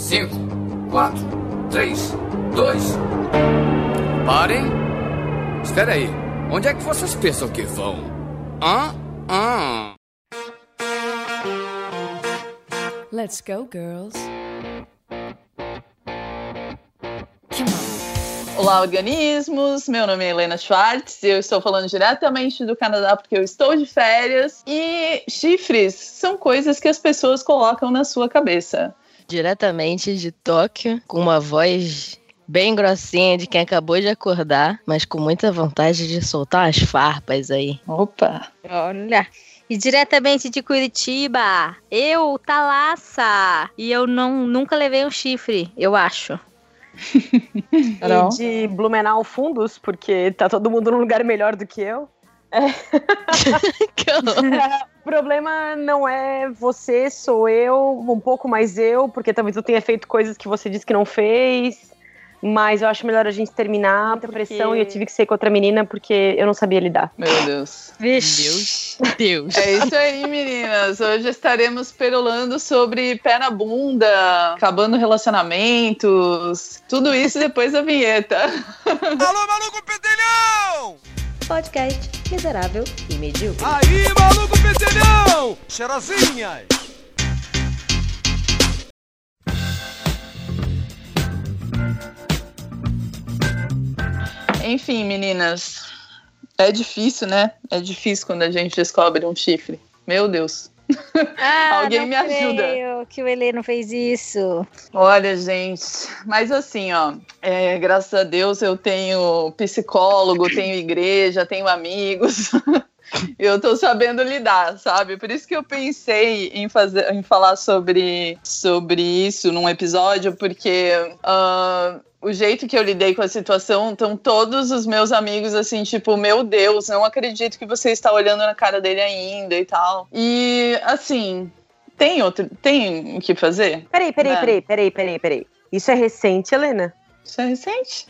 5, 4, 3, 2... Parem! Espera aí, onde é que vocês pensam que vão? Let's go, girls. Come on. Olá, organismos! Meu nome é Helena Schwartz e eu estou falando diretamente do Canadá porque eu estou de férias. E chifres são coisas que as pessoas colocam na sua cabeça. Diretamente de Tóquio, com uma voz bem grossinha de quem acabou de acordar, mas com muita vontade de soltar umas farpas aí. Opa! Olha! E diretamente de Curitiba, eu, Thalassa, e eu nunca levei um chifre, eu acho. E de Blumenau Fundos, porque tá todo mundo num lugar melhor do que eu. O problema não é você, sou eu, um pouco mais eu, porque talvez eu tenha feito coisas que você disse que não fez. Mas eu acho melhor a gente terminar a pressão e eu tive que sair com outra menina porque eu não sabia lidar. Meu Deus. Deus. É isso aí, meninas. Hoje estaremos perolando sobre pé na bunda, acabando relacionamentos, tudo isso depois da vinheta. Alô, maluco pedelhão! Podcast miserável e medíocre. Aí, maluco pedelhão! Cheirosinhas! Enfim, meninas, é difícil, né? É difícil quando a gente descobre um chifre. Meu Deus. Alguém me ajuda. Creio que o Heleno fez isso. Olha, gente, mas assim, ó, graças a Deus eu tenho psicólogo, tenho igreja, tenho amigos. Eu tô sabendo lidar, sabe? Por isso que eu pensei em falar sobre isso num episódio, porque o jeito que eu lidei com a situação, estão todos os meus amigos assim, tipo, meu Deus, não acredito que você está olhando na cara dele ainda e tal. E, assim, tem o que fazer? Peraí. Isso é recente, Helena? Isso é recente?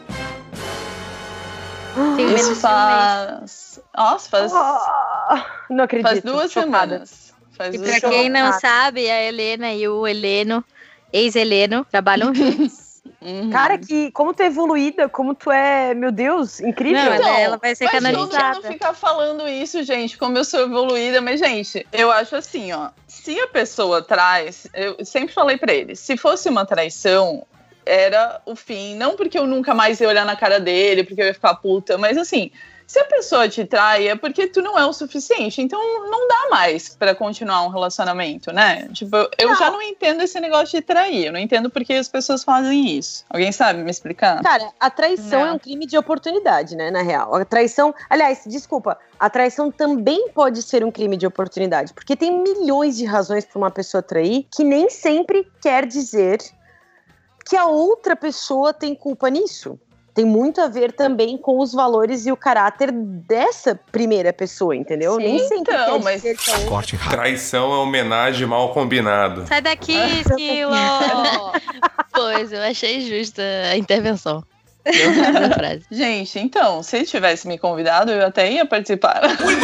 Isso faz... Nossa, faz... não acredito. Faz 2 semanas. E pra quem não sabe, a Helena e o Heleno, ex-Heleno, trabalham juntos. Uhum. Cara, como tu é evoluída, como tu é, meu Deus, incrível. Não, ela vai ser mas canonizada. não ficar falando isso, gente, como eu sou evoluída, mas, gente, eu acho assim, ó, se a pessoa traz, eu sempre falei pra ele, se fosse uma traição, era o fim, não porque eu nunca mais ia olhar na cara dele, porque eu ia ficar puta, mas assim, se a pessoa te trai é porque tu não é o suficiente, então não dá mais pra continuar um relacionamento, né? Tipo, eu já não entendo esse negócio de trair, eu não entendo porque as pessoas fazem isso. Alguém sabe me explicar? Cara, a traição Não. é um crime de oportunidade, né, na real. A traição, aliás, desculpa, a traição também pode ser um crime de oportunidade, porque tem milhões de razões pra uma pessoa trair que nem sempre quer dizer que a outra pessoa tem culpa nisso. Tem muito a ver também com os valores e o caráter dessa primeira pessoa, entendeu? Sim, Nem sempre então, quer mas... dizer que a outra... Corte rápido. Traição é homenagem mal combinado. Sai daqui, esquilo! Pois, eu achei justa a intervenção. Eu amo a frase. Gente, então, se ele tivesse me convidado, eu até ia participar.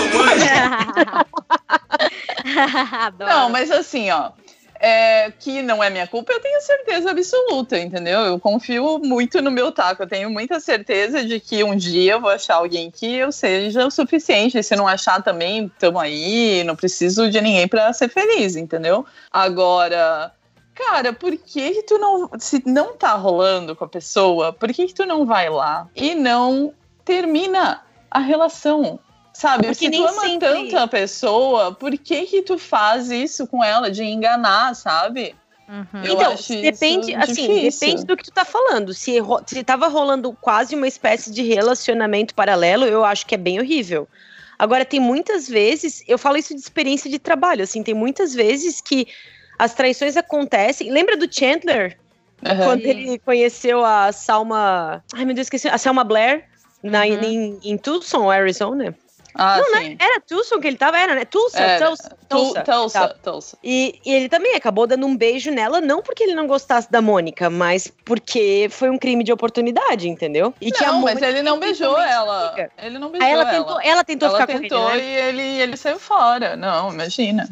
Adoro. Não, mas assim, ó, que não é minha culpa, eu tenho certeza absoluta, entendeu? Eu confio muito no meu taco, eu tenho muita certeza de que um dia eu vou achar alguém que eu seja o suficiente, e se não achar também, tamo aí, não preciso de ninguém pra ser feliz, entendeu? Agora, cara, por que tu não, se não tá rolando com a pessoa, por que tu não vai lá e não termina a relação? Sabe, Porque se tu ama tanto a pessoa, por que tu faz isso com ela, de enganar, sabe? Uhum. Eu Então, acho depende, isso assim, difícil. depende do que tu tá falando. Se tava rolando quase uma espécie de relacionamento paralelo, eu acho que é bem horrível. Agora, tem muitas vezes, eu falo isso de experiência de trabalho, assim, tem muitas vezes que as traições acontecem. Lembra do Chandler? Uhum. Quando ele conheceu a Salma... Ai, meu Deus, esqueci. A Selma Blair, em Tucson, Arizona. Ah, Não, sim. né? Era Tucson que ele tava, era, né? Tulsa. Tulsa. E ele também acabou dando um beijo nela, não porque ele não gostasse da Mônica, mas porque foi um crime de oportunidade, entendeu? E que a Não, mas Mônica ele não beijou ela. fica. Ele não beijou Aí ela. ela tentou ficar com tentou ele, né? e ele saiu fora. Não, imagina.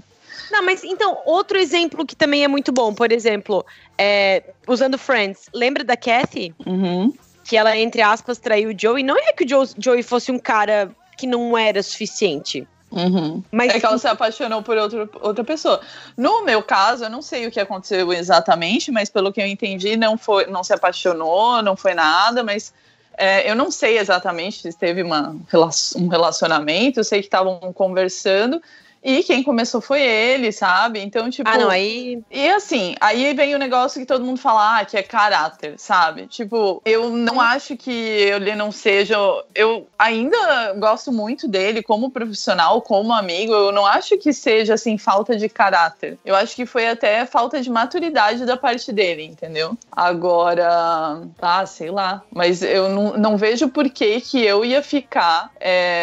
Não, mas então, outro exemplo que também é muito bom, por exemplo, usando Friends, lembra da Kathy? Uhum. Que ela, entre aspas, traiu o Joey. Não é que o Joey fosse um cara que não era suficiente. Uhum. Mas é que ela se apaixonou por outra pessoa. No meu caso, eu não sei o que aconteceu exatamente, mas pelo que eu entendi, não se apaixonou, não foi nada, mas eu não sei exatamente se teve um relacionamento, eu sei que estavam conversando. E quem começou foi ele, sabe? Então, tipo... aí... E assim, aí vem o negócio que todo mundo fala, que é caráter, sabe? Tipo, eu não acho que ele não seja... Eu ainda gosto muito dele como profissional, como amigo. Eu não acho que seja, assim, falta de caráter. Eu acho que foi até falta de maturidade da parte dele, entendeu? Agora, sei lá. Mas eu não vejo por que eu ia ficar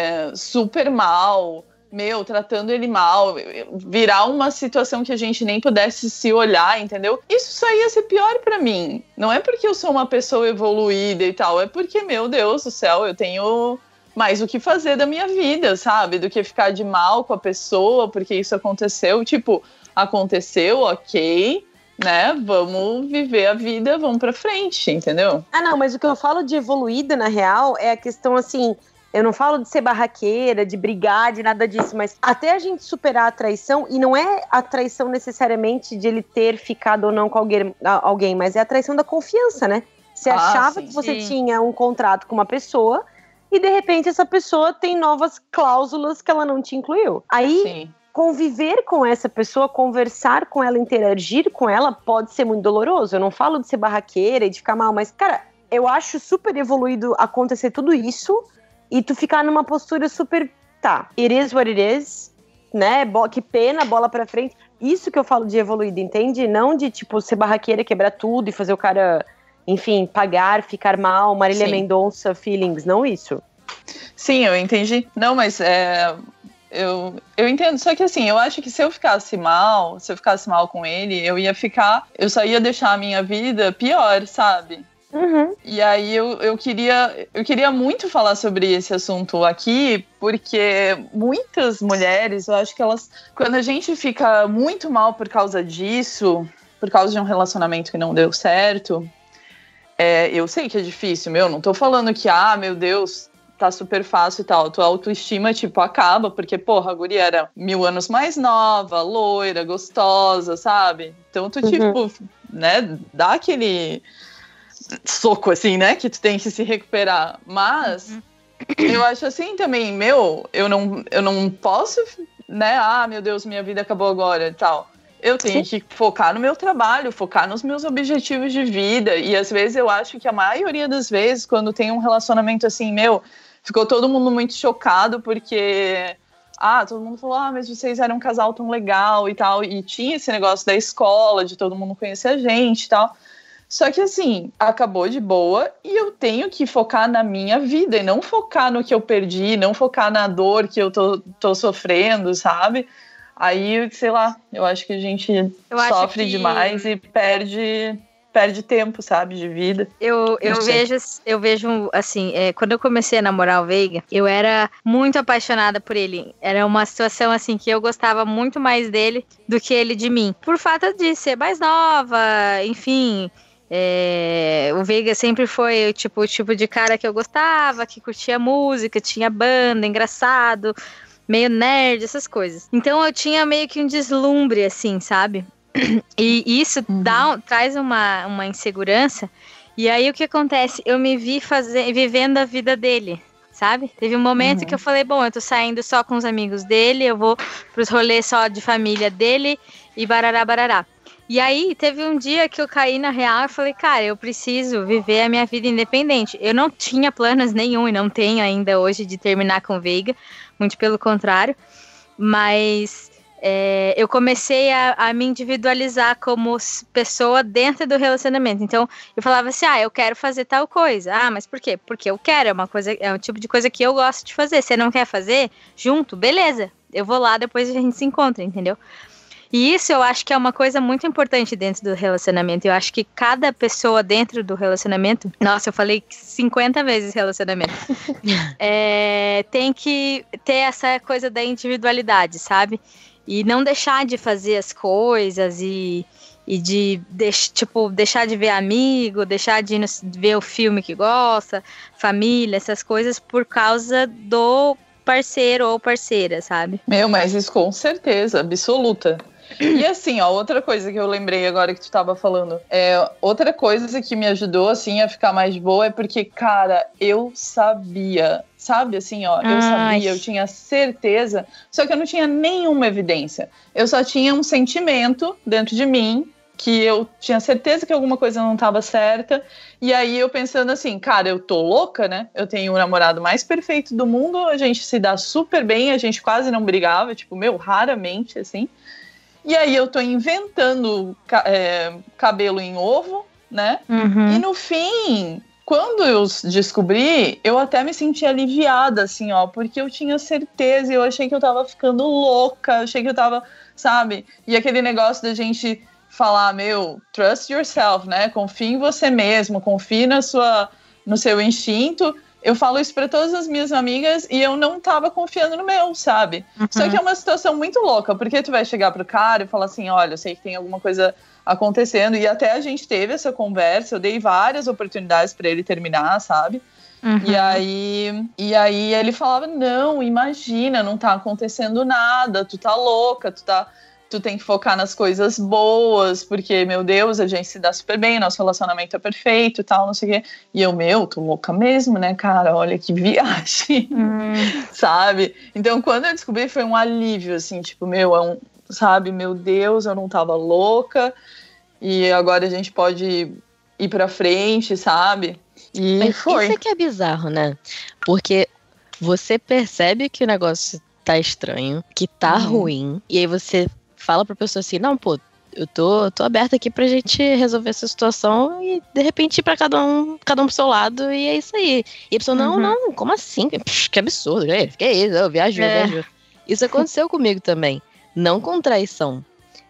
super mal... tratando ele mal, virar uma situação que a gente nem pudesse se olhar, entendeu? Isso só ia ser pior pra mim. Não é porque eu sou uma pessoa evoluída e tal, é porque, meu Deus do céu, eu tenho mais o que fazer da minha vida, sabe? Do que ficar de mal com a pessoa, porque isso aconteceu. Tipo, aconteceu, ok, né? Vamos viver a vida, vamos pra frente, entendeu? Não, mas o que eu falo de evoluída, na real, é a questão, assim... Eu não falo de ser barraqueira, de brigar, de nada disso, mas até a gente superar a traição, e não é a traição necessariamente de ele ter ficado ou não com alguém, mas é a traição da confiança, né? Você achava que você tinha um contrato com uma pessoa e, de repente, essa pessoa tem novas cláusulas que ela não te incluiu. Aí, conviver com essa pessoa, conversar com ela, interagir com ela, pode ser muito doloroso. Eu não falo de ser barraqueira e de ficar mal, mas, cara, eu acho super evoluído acontecer tudo isso e tu ficar numa postura super, it is what it is, né, que pena, bola pra frente. Isso que eu falo de evoluído, entende? Não de, tipo, ser barraqueira, quebrar tudo e fazer o cara, enfim, pagar, ficar mal, Marília Mendonça, feelings, não isso. Sim, eu entendi. Não, mas eu entendo, só que assim, eu acho que se eu ficasse mal com ele, eu só ia deixar a minha vida pior, sabe? Uhum. E aí eu queria muito falar sobre esse assunto aqui, porque muitas mulheres, eu acho que elas, quando a gente fica muito mal por causa disso, por causa de um relacionamento que não deu certo, eu sei que é difícil, não tô falando que, meu Deus, tá super fácil e tal, tua autoestima, tipo, acaba, porque, porra, a guria era 1000 anos mais nova, loira, gostosa, sabe? Então tu, tipo, né, dá aquele soco, assim, né, que tu tem que se recuperar. Mas eu acho assim também, eu não posso, né, meu Deus, minha vida acabou agora e tal. Eu tenho que focar no meu trabalho, focar nos meus objetivos de vida. E às vezes eu acho que a maioria das vezes, quando tem um relacionamento assim, ficou todo mundo muito chocado porque... todo mundo falou, mas vocês eram um casal tão legal e tal. E tinha esse negócio da escola, de todo mundo conhecer a gente e tal. Só que assim, acabou de boa e eu tenho que focar na minha vida e não focar no que eu perdi, não focar na dor que eu tô sofrendo, sabe? Aí, sei lá, eu acho que a gente sofre demais e perde tempo, sabe, de vida. Eu vejo, assim, quando eu comecei a namorar o Veiga, eu era muito apaixonada por ele. Era uma situação, assim, que eu gostava muito mais dele do que ele de mim. Por fato de ser mais nova, enfim... o Veiga sempre foi o tipo de cara que eu gostava, que curtia música, tinha banda, engraçado, meio nerd, essas coisas. Então eu tinha meio que um deslumbre, assim, sabe? E isso traz uma insegurança. E aí o que acontece? Eu me vi vivendo a vida dele, sabe? Teve um momento que eu falei, bom, eu tô saindo só com os amigos dele, eu vou pros rolês só de família dele e barará, barará. E aí, teve um dia que eu caí na real e falei, cara, eu preciso viver a minha vida independente. Eu não tinha planos nenhum e não tenho ainda hoje de terminar com o Veiga, muito pelo contrário. Mas eu comecei a me individualizar como pessoa dentro do relacionamento. Então, eu falava assim, eu quero fazer tal coisa. Mas por quê? Porque eu quero, é um tipo de coisa que eu gosto de fazer. Você não quer fazer? Junto? Beleza, eu vou lá, depois a gente se encontra, entendeu? E isso eu acho que é uma coisa muito importante dentro do relacionamento. Eu acho que cada pessoa dentro do relacionamento... Nossa, eu falei 50 vezes relacionamento. Tem que ter essa coisa da individualidade, sabe? E não deixar de fazer as coisas e de deixar de ver amigo, deixar de ver o filme que gosta, família, essas coisas por causa do parceiro ou parceira, sabe? Mas isso com certeza, absoluta. E assim, ó, outra coisa que eu lembrei agora que tu tava falando, outra coisa que me ajudou, assim, a ficar mais boa é porque, cara, eu sabia, sabe, assim, ó, eu sabia, eu tinha certeza, só que eu não tinha nenhuma evidência. Eu só tinha um sentimento dentro de mim, que eu tinha certeza que alguma coisa não estava certa, e aí eu pensando assim, cara, eu tô louca, né? Eu tenho o namorado mais perfeito do mundo, a gente se dá super bem, a gente quase não brigava, tipo, raramente, assim. E aí eu tô inventando cabelo em ovo, né? Uhum. E no fim, quando eu descobri, eu até me senti aliviada, assim, ó, porque eu tinha certeza, eu achei que eu tava ficando louca, eu achei que eu tava, sabe? E aquele negócio da gente falar, trust yourself, né? Confie em você mesmo, confie no seu instinto. Eu falo isso para todas as minhas amigas e eu não tava confiando no meu, sabe? Uhum. Só que é uma situação muito louca, porque tu vai chegar pro cara e falar assim, olha, eu sei que tem alguma coisa acontecendo, e até a gente teve essa conversa, eu dei várias oportunidades para ele terminar, sabe? Uhum. E aí ele falava, não, imagina, não tá acontecendo nada, tu tá louca, tu tem que focar nas coisas boas, porque, meu Deus, a gente se dá super bem, nosso relacionamento é perfeito e tal, não sei o quê. E eu, tô louca mesmo, né, cara? Olha que viagem, sabe? Então, quando eu descobri, foi um alívio, assim, tipo, sabe? Meu Deus, eu não tava louca e agora a gente pode ir pra frente, sabe? E mas foi. Isso é que é bizarro, né? Porque você percebe que o negócio tá estranho, que tá ruim, e aí você fala pra pessoa assim, não, pô, eu tô aberta aqui pra gente resolver essa situação e de repente ir pra cada um pro seu lado e é isso aí. E a pessoa, não, como assim? Que absurdo, que é isso? Eu viajo. Isso aconteceu comigo também. Não com traição,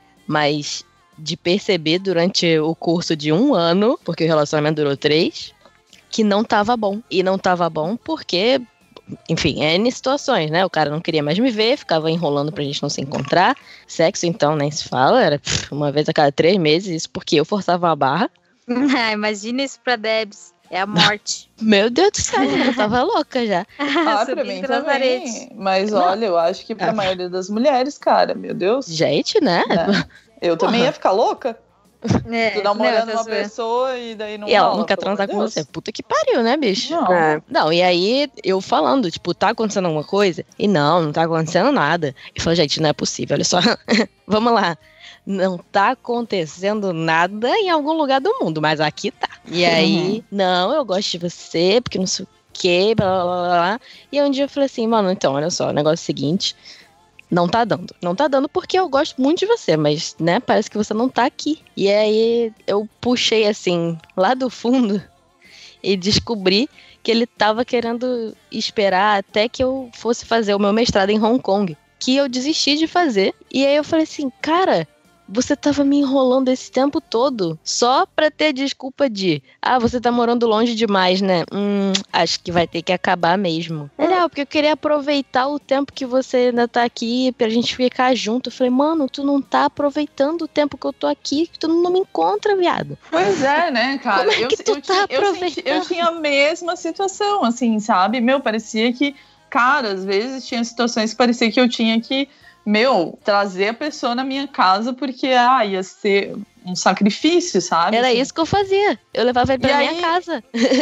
mas de perceber durante o curso de 1 ano, porque o relacionamento durou 3, que não tava bom. E não tava bom porque, enfim, N situações, né? O cara não queria mais me ver, ficava enrolando pra gente não se encontrar. Sexo, então, nem se fala, era uma vez a cada 3 meses, isso porque eu forçava a barra. Imagina isso pra Debs. É a morte. Meu Deus do céu, eu tava louca já. Pra mim também. Mas olha, eu acho que pra maioria das mulheres, cara, meu Deus. Gente, né? Eu também ia ficar louca. Tu namorando uma pessoa e daí não. E ela nunca transar com você. Puta que pariu, né, bicho? Não, e aí eu falando, tipo, tá acontecendo alguma coisa? E não tá acontecendo nada. E falou, gente, não é possível, olha só. Vamos lá. Não tá acontecendo nada em algum lugar do mundo, mas aqui tá. E aí, não, eu gosto de você, porque não sei o quê, blá, blá, blá, blá. E aí um dia eu falei assim, mano, então, olha só, o negócio é o seguinte, não tá dando. Não tá dando porque eu gosto muito de você, mas, né, parece que você não tá aqui. E aí eu puxei, assim, lá do fundo e descobri que ele tava querendo esperar até que eu fosse fazer o meu mestrado em Hong Kong, que eu desisti de fazer. E aí eu falei assim, cara, você tava me enrolando esse tempo todo só pra ter a desculpa de você tá morando longe demais, né? Acho que vai ter que acabar mesmo. Porque eu queria aproveitar o tempo que você ainda tá aqui pra gente ficar junto. Eu falei, mano, tu não tá aproveitando o tempo que eu tô aqui, que tu não me encontra, viado. Pois é, né, cara? Como é que tu tá aproveitando? Eu tinha a mesma situação, assim, sabe? Parecia que, cara, às vezes tinha situações que parecia que eu tinha que trazer a pessoa na minha casa porque ia ser um sacrifício, sabe? Era isso que eu fazia. Eu levava ele pra minha casa.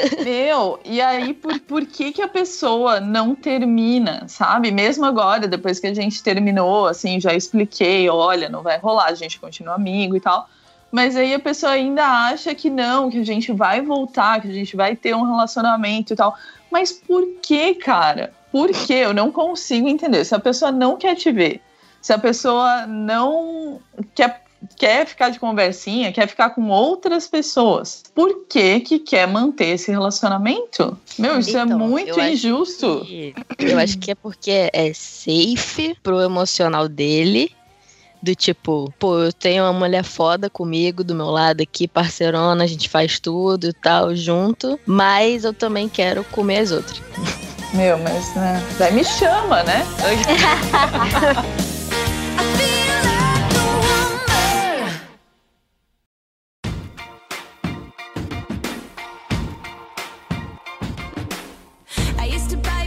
E aí por que a pessoa não termina, sabe? Mesmo agora, depois que a gente terminou, assim, já expliquei, olha, não vai rolar, a gente continua amigo e tal. Mas aí a pessoa ainda acha que não, que a gente vai voltar, que a gente vai ter um relacionamento e tal. Mas por que, cara? Por que? Eu não consigo entender. Se a pessoa não quer te ver, se a pessoa não quer ficar de conversinha, quer ficar com outras pessoas, por que quer manter esse relacionamento? Isso é muito injusto. Eu acho que é porque é safe pro emocional dele, do tipo, pô, eu tenho uma mulher foda comigo, do meu lado aqui, parceirona, a gente faz tudo e tal, junto, mas eu também quero comer as outras. Mas, né, daí me chama, né? I feel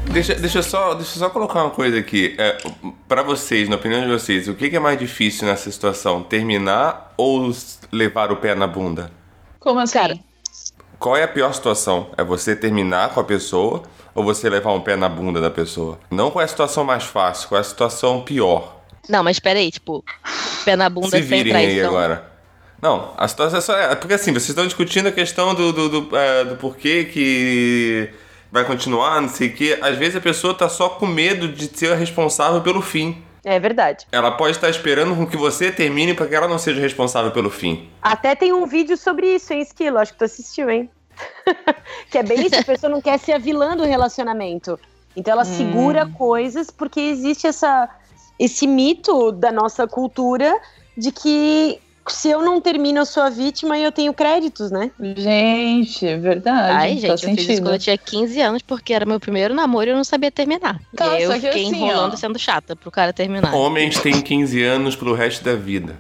Deixa eu só colocar uma coisa aqui. Pra vocês, na opinião de vocês, o que é mais difícil nessa situação? Terminar ou levar o pé na bunda? Como assim? Cara, Qual é a pior situação? É você terminar com a pessoa ou você levar um pé na bunda da pessoa? Não qual é a situação mais fácil, qual é a situação pior? Não, mas peraí, tipo, pé na bunda Se sem virem aí traição. agora. Não, a situação é só... Porque assim, vocês estão discutindo a questão do porquê que vai continuar, não sei o quê. Às vezes a pessoa tá só com medo de ser a responsável pelo fim. É verdade. Ela pode estar esperando com que você termine para que ela não seja responsável pelo fim. Até tem um vídeo sobre isso, hein, Esquilo? Acho que tu assistiu, hein? Que é bem isso, a pessoa não quer ser a vilã do relacionamento. Então ela segura coisas porque existe esse mito da nossa cultura de que se eu não termino, eu sou a vítima e eu tenho créditos, né? Gente, é verdade. Ai, faz gente, eu fiz isso sentido. quando eu tinha 15 anos, porque era meu primeiro namoro e eu não sabia terminar. Tá, e aí eu só que fiquei assim, enrolando ó. sendo chata pro cara terminar. Homens têm 15 anos pro resto da vida.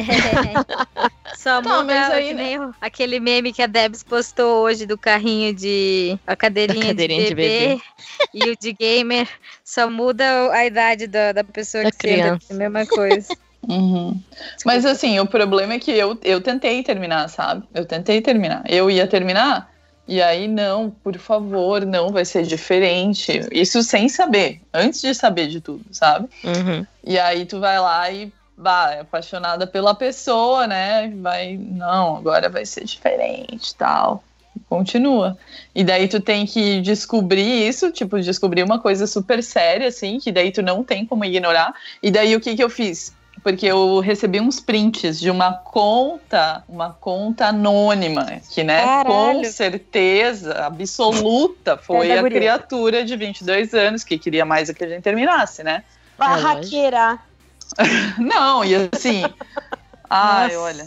Só Tá, muda mas aí, que nem aquele meme que a Debs postou hoje do carrinho a cadeirinha de bebê e o de gamer. Só muda a idade da pessoa Da que senta, criança. é a mesma coisa. Uhum. Mas assim, o problema é que eu tentei terminar, sabe? Eu tentei terminar. Eu ia terminar, e aí, não, por favor, não, vai ser diferente. Isso sem saber, antes de saber de tudo, sabe? Uhum. E aí tu vai lá e é apaixonada pela pessoa, né? Não, agora vai ser diferente, tal. Continua. E daí tu tem que descobrir isso, tipo, descobrir uma coisa super séria, assim, que daí tu não tem como ignorar. E daí o que eu fiz? Porque eu recebi uns prints de uma conta anônima, que, né, Caralho. com certeza absoluta foi a guria. criatura de 22 anos que queria mais que a gente terminasse, né? Barraqueira. Não, e assim... Ai, Nossa. olha,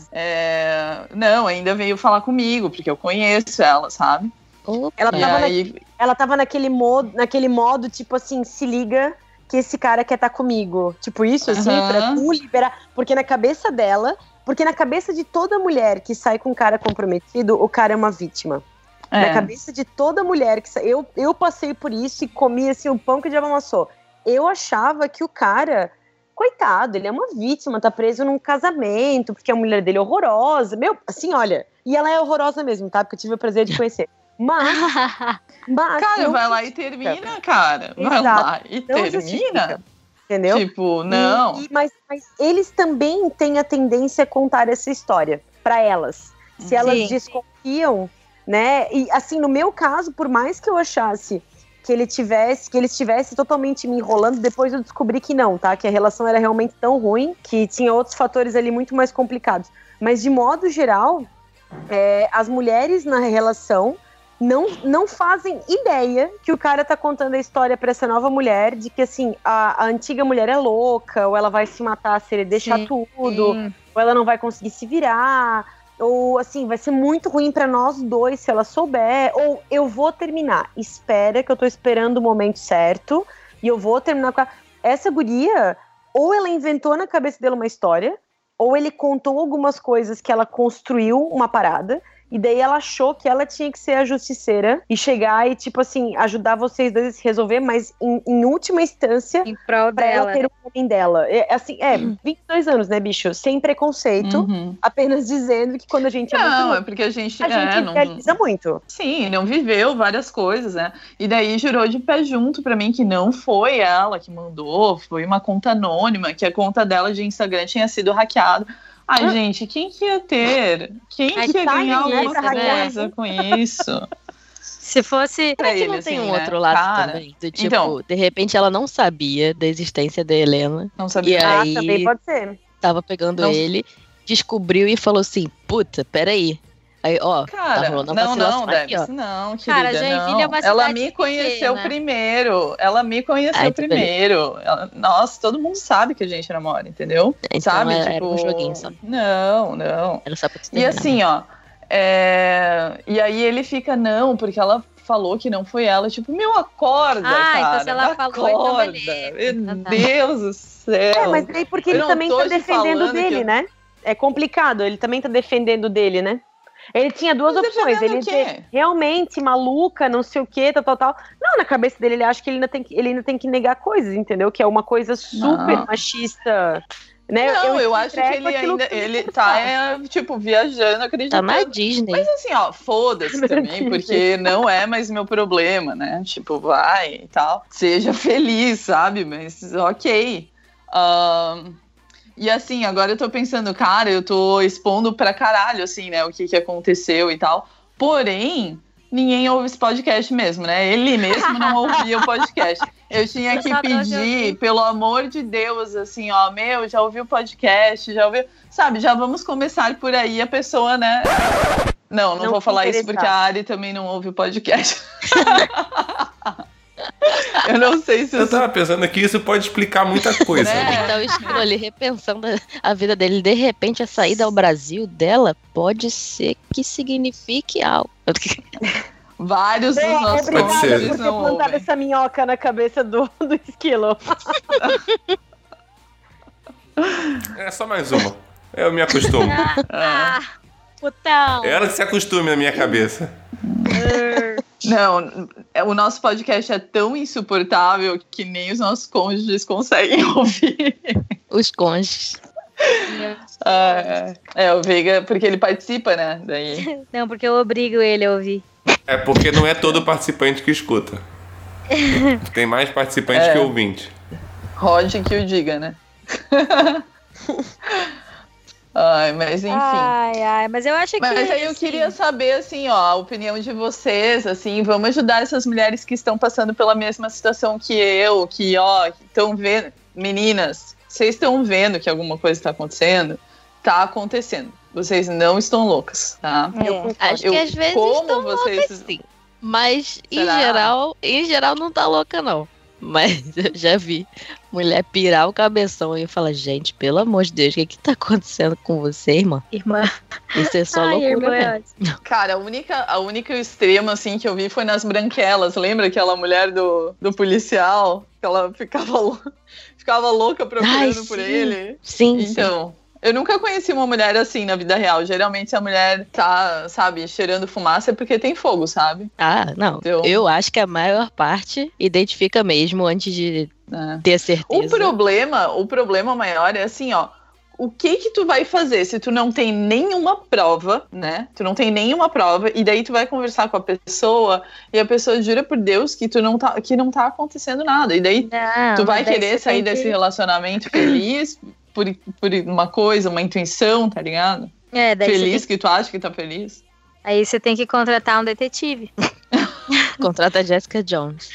não, ainda veio falar comigo, porque eu conheço ela, sabe? Ela E tava, aí, ela tava naquele modo, tipo assim, se liga que esse cara quer estar comigo. Tipo isso, assim, pra tu liberar. Porque na cabeça dela, porque na cabeça de toda mulher que sai com um cara comprometido, o cara é uma vítima. Na cabeça de toda mulher que sai... Eu passei por isso e comi, assim, o pão que o diabo amassou. Eu achava que o cara... Coitado, ele é uma vítima, tá preso num casamento, porque a mulher dele é horrorosa. Meu, assim, olha, e ela é horrorosa mesmo, tá? Porque eu tive o prazer de conhecer. Mas cara, vai lá e termina, cara. Vai lá e termina. Entendeu? Tipo, não. Mas eles também têm a tendência a contar essa história pra elas. Se elas desconfiam, né? E assim, no meu caso, por mais que eu achasse que eles tivessem totalmente me enrolando, depois eu descobri que não, tá? Que a relação era realmente tão ruim, que tinha outros fatores ali muito mais complicados. Mas, de modo geral, as mulheres na relação não fazem ideia que o cara tá contando a história pra essa nova mulher, de que, assim, a antiga mulher é louca, ou ela vai se matar se ele deixar tudo, ou ela não vai conseguir se virar... Ou, assim, vai ser muito ruim pra nós dois se ela souber. Ou eu vou terminar. Espera que eu tô esperando o momento certo. E eu vou terminar com essa guria, ou ela inventou na cabeça dela uma história, ou ele contou algumas coisas que ela construiu uma parada. E daí ela achou que ela tinha que ser a justiceira e chegar e, tipo assim, ajudar vocês dois a se resolver, mas em última instância, em prol pra dela. ela ter o homem dela. 22 anos, né, bicho? Sem preconceito, apenas dizendo que quando a gente é muito Não, novo, é porque a gente não realiza muito. Sim, não viveu várias coisas, né? E daí jurou de pé junto pra mim que não foi ela que mandou, foi uma conta anônima, que a conta dela de Instagram tinha sido hackeada. Ai, gente, quem que ia ter? Quem que ia ganhar alguma coisa com isso? Se fosse... Será que não tem um outro lado também? Do tipo, então, de repente ela não sabia da existência da Helena. Não sabia. E aí, também pode ser. Tava pegando ele, descobriu e falou assim, puta, peraí. Aí, ó, cara, tá rolando uma vacilação aqui, ó. Não, querida, cara, Joinville é uma cidade ela me conheceu primeiro. Ela me conheceu primeiro. Nossa, todo mundo sabe que a gente namora, entendeu? Então, sabe? Era um joguinho só. Não. Era só pra te E assim, ó. E aí ele fica, não, porque ela falou que não foi ela. Tipo, meu, acorda, cara. Então se ela falou, então beleza. Meu Deus do céu. Mas aí porque ele também tá defendendo dele, né? É complicado, ele também tá defendendo dele, né? Ele tinha duas opções. Ele dizer realmente maluca, não sei o que, tal. Não, na cabeça dele, ele acha que ele ainda tem que negar coisas, entendeu? Que é uma coisa super machista. Né? Não, eu acho que ele tá, tipo, viajando, acreditando. Tá na Disney. Mas assim, ó, foda-se também, porque não é mais meu problema, né? Tipo, vai e tal. Seja feliz, sabe? Mas ok. E assim, agora eu tô pensando, cara, eu tô expondo pra caralho, assim, né? O que aconteceu e tal. Porém, ninguém ouve esse podcast mesmo, né? Ele mesmo não ouvia o podcast. Eu tinha que pedir, pelo amor de Deus, assim, ó, já ouviu o podcast, já ouviu... Sabe, já vamos começar por aí, a pessoa, né? Não vou falar isso porque a Ari também não ouve o podcast. Eu não sei se... Eu tava pensando que isso pode explicar muita coisa. Então, eu estou ali repensando a vida dele. De repente, a saída ao Brasil dela pode ser que signifique algo. Vários dos nossos cônjuges por ter plantado essa minhoca na cabeça do esquilo. É só mais uma. Eu me acostumo. Putão. Ela que se acostume na minha cabeça. Não, o nosso podcast é tão insuportável que nem os nossos cônjuges conseguem ouvir. Os cônjuges. O Veiga, porque ele participa, né? Daí. Não, porque eu obrigo ele a ouvir. É porque não é todo participante que escuta. Tem mais participantes que ouvinte. Rod que o diga, né? Mas enfim. Mas eu acho que... Mas aí eu queria saber, assim, ó, a opinião de vocês, assim, vamos ajudar essas mulheres que estão passando pela mesma situação que eu, que estão vendo... Meninas, vocês estão vendo que alguma coisa está acontecendo? Tá acontecendo. Vocês não estão loucas, tá? Acho que às vezes estão loucas, sim. Mas, em geral, não tá louca, não. Mas eu já vi mulher pirar o cabeção e falar, gente, pelo amor de Deus, o que tá acontecendo com você, irmã? Isso é só loucura, né? Cara, a única extrema, assim, que eu vi foi nas Branquelas. Lembra aquela mulher do policial? Que ela ficava louca procurando por ele? Sim, então... Eu nunca conheci uma mulher assim na vida real. Geralmente, se a mulher tá, sabe, cheirando fumaça é porque tem fogo, sabe? Não. Então, eu acho que a maior parte identifica mesmo antes de ter certeza. O problema maior é assim, ó. O que tu vai fazer se tu não tem nenhuma prova, né? Tu não tem nenhuma prova e daí tu vai conversar com a pessoa e a pessoa jura por Deus que que não tá acontecendo nada. E daí tu vai querer sair desse relacionamento feliz... Por uma coisa, uma intuição, tá ligado? Daí feliz que tu acha que tá feliz. Aí você tem que contratar um detetive. Contrata a Jessica Jones.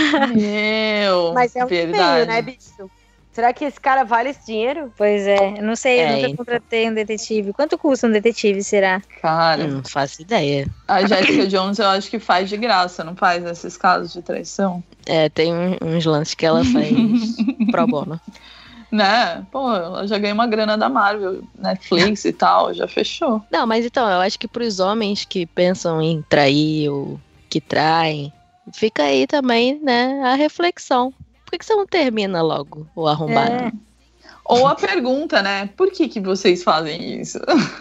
Mas é um feio, né, bicho? Será que esse cara vale esse dinheiro? Pois é, eu não sei, eu nunca contratei um detetive. Quanto custa um detetive, será? Cara, não faço ideia. A Jessica Jones eu acho que faz de graça, não faz nesses casos de traição? Tem uns lances que ela faz pro bono. Né? Pô, ela já ganhou uma grana da Marvel, Netflix e tal, já fechou. Não, mas então, eu acho que pros homens que pensam em trair ou que traem, fica aí também, né, a reflexão. Por que você não termina logo o arrombado? Ou a pergunta, né? Por que vocês fazem isso?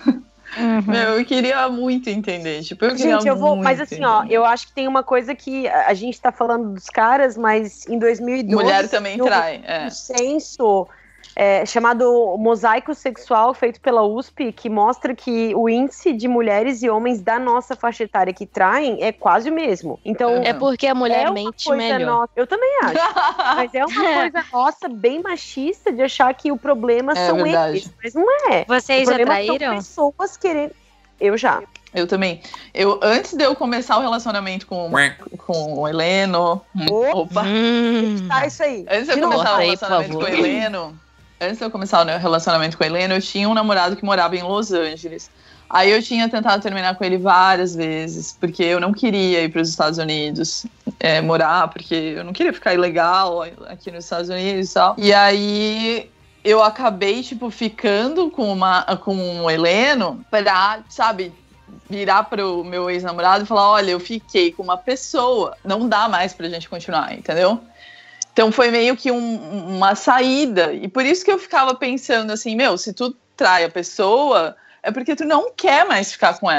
Eu queria muito entender. Tipo, mas assim, ó, eu acho que tem uma coisa que a gente tá falando dos caras, mas em 2012... Mulher também trai. Um censo chamado Mosaico Sexual, feito pela USP, que mostra que o índice de mulheres e homens da nossa faixa etária que traem é quase o mesmo. Então, é porque a mulher mente melhor. Eu também acho. Mas é uma coisa nossa, bem machista, de achar que o problema são eles. Mas não é. Vocês já traíram? São pessoas querendo... Eu já. Eu também. Antes de eu começar o relacionamento com o Heleno... Opa! Isso aí. Antes de eu começar o relacionamento com o Heleno... Antes de eu começar o relacionamento com a Helena, eu tinha um namorado que morava em Los Angeles. Aí eu tinha tentado terminar com ele várias vezes, porque eu não queria ir para os Estados Unidos morar, porque eu não queria ficar ilegal aqui nos Estados Unidos e tal. E aí eu acabei, tipo, ficando com o Heleno pra, sabe, virar pro meu ex-namorado e falar, olha, eu fiquei com uma pessoa, não dá mais pra gente continuar, entendeu? Então foi meio que uma saída. E por isso que eu ficava pensando assim, se tu trai a pessoa, é porque tu não quer mais ficar com ela.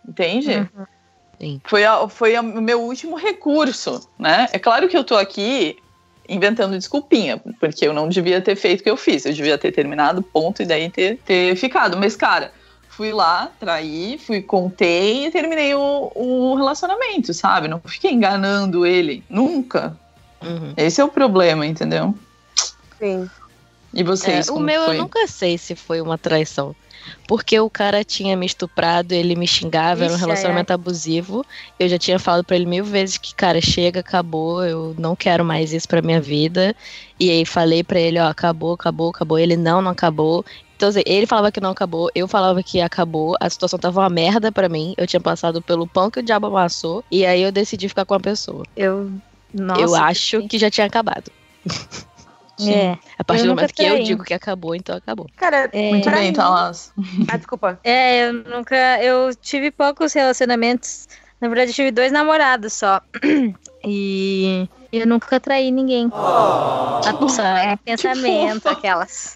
entende? Sim. Foi o meu último recurso, né? É claro que eu tô aqui inventando desculpinha, porque eu não devia ter feito o que eu fiz, eu devia ter terminado, ponto, e daí ter ficado. Mas, cara, fui lá, traí, contei e terminei o relacionamento, sabe? Não fiquei enganando ele, nunca. Esse é o problema, entendeu? Sim. E vocês, o como meu foi? eu nunca sei se foi uma traição. Porque o cara tinha me estuprado, ele me xingava, era um relacionamento abusivo. Eu já tinha falado pra ele 1000 vezes que, cara, chega, acabou, eu não quero mais isso pra minha vida. E aí falei pra ele, ó, acabou. Ele, não acabou. Então, assim, ele falava que não acabou, eu falava que acabou. A situação tava uma merda pra mim. Eu tinha passado pelo pão que o diabo amassou. E aí eu decidi ficar com a pessoa. Eu acho que já tinha acabado. A partir do momento que eu digo que acabou, então acabou. Cara, muito bem, Thalas. Desculpa. Eu tive poucos relacionamentos. Na verdade, eu tive 2 namorados só. E eu nunca traí ninguém. Só é pensamento, aquelas.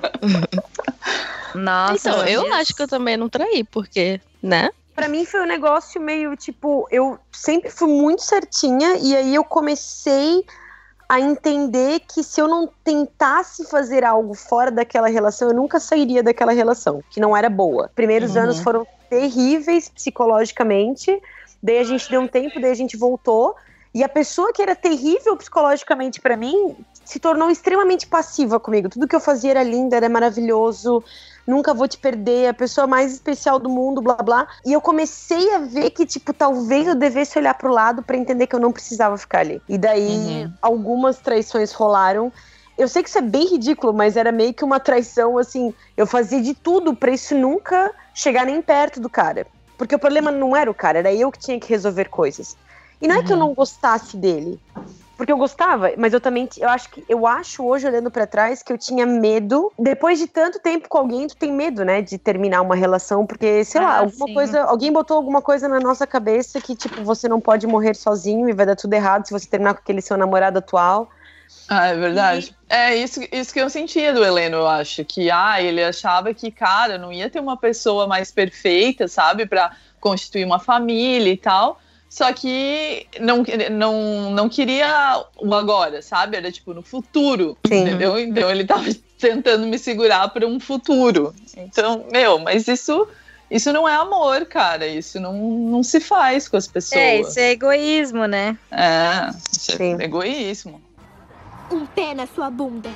Nossa, então, eu acho que eu também não traí, porque, né? Pra mim foi um negócio meio, tipo, eu sempre fui muito certinha, e aí eu comecei a entender que se eu não tentasse fazer algo fora daquela relação, eu nunca sairia daquela relação, que não era boa. Primeiros anos foram terríveis psicologicamente, daí a gente deu um tempo, daí a gente voltou, e a pessoa que era terrível psicologicamente pra mim se tornou extremamente passiva comigo. Tudo que eu fazia era lindo, era maravilhoso, nunca vou te perder, a pessoa mais especial do mundo, blá blá. E eu comecei a ver que, tipo, talvez eu devesse olhar pro lado pra entender que eu não precisava ficar ali. E daí, algumas traições rolaram. Eu sei que isso é bem ridículo, mas era meio que uma traição, assim, eu fazia de tudo pra isso nunca chegar nem perto do cara. Porque o problema não era o cara, era eu que tinha que resolver coisas. E não é que eu não gostasse dele, porque eu gostava, mas eu acho hoje, olhando pra trás, que eu tinha medo. Depois de tanto tempo com alguém, tu tem medo, né, de terminar uma relação, porque, sei lá, alguém botou alguma coisa na nossa cabeça que, tipo, você não pode morrer sozinho e vai dar tudo errado se você terminar com aquele seu namorado atual. É verdade. É isso que eu sentia do Heleno, eu acho. Que, ele achava que, cara, não ia ter uma pessoa mais perfeita, sabe, pra constituir uma família e tal. Só que não queria o agora, sabe? Era tipo no futuro, entendeu? Então ele tava tentando me segurar para um futuro. Então, mas isso não é amor, cara. Isso não se faz com as pessoas. Isso é egoísmo, né? Isso é egoísmo. Um pé na sua bunda.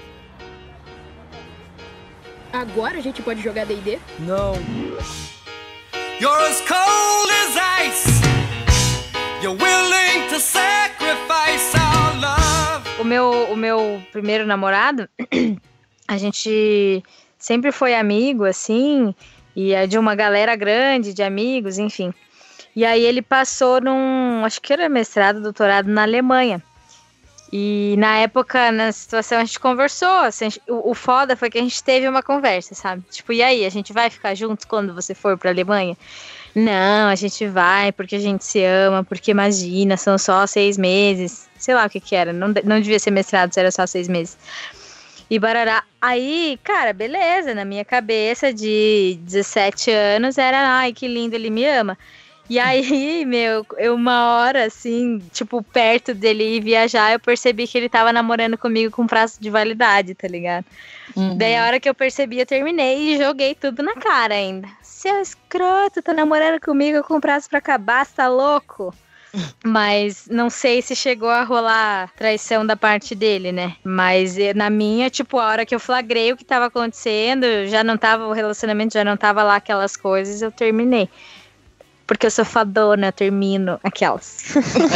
Agora a gente pode jogar D&D? Não. You're as cold as ice. You're willing to sacrifice our love. O meu primeiro namorado, a gente sempre foi amigo, assim, e é de uma galera grande de amigos, enfim. E aí ele passou acho que era mestrado, doutorado na Alemanha. E na época, na situação, a gente conversou, assim, o foda foi que a gente teve uma conversa, sabe? Tipo, e aí, a gente vai ficar juntos quando você for pra Alemanha? Não, a gente vai porque a gente se ama, porque imagina, são só 6 meses. Sei lá o que era, não devia ser mestrado se era só 6 meses. E barará. Aí, cara, beleza, na minha cabeça de 17 anos era, ai, que lindo, ele me ama. E aí, eu uma hora, assim, tipo, perto dele ir viajar, eu percebi que ele tava namorando comigo com prazo de validade, tá ligado? Daí a hora que eu percebi, eu terminei e joguei tudo na cara ainda. Seu escroto, tá namorando comigo com prazo pra acabar, você tá louco? Mas não sei se chegou a rolar traição da parte dele, né? Mas na minha, tipo, a hora que eu flagrei o que tava acontecendo, já não tava o relacionamento, já não tava lá aquelas coisas, eu terminei. Porque eu sou fadona, eu termino aquelas.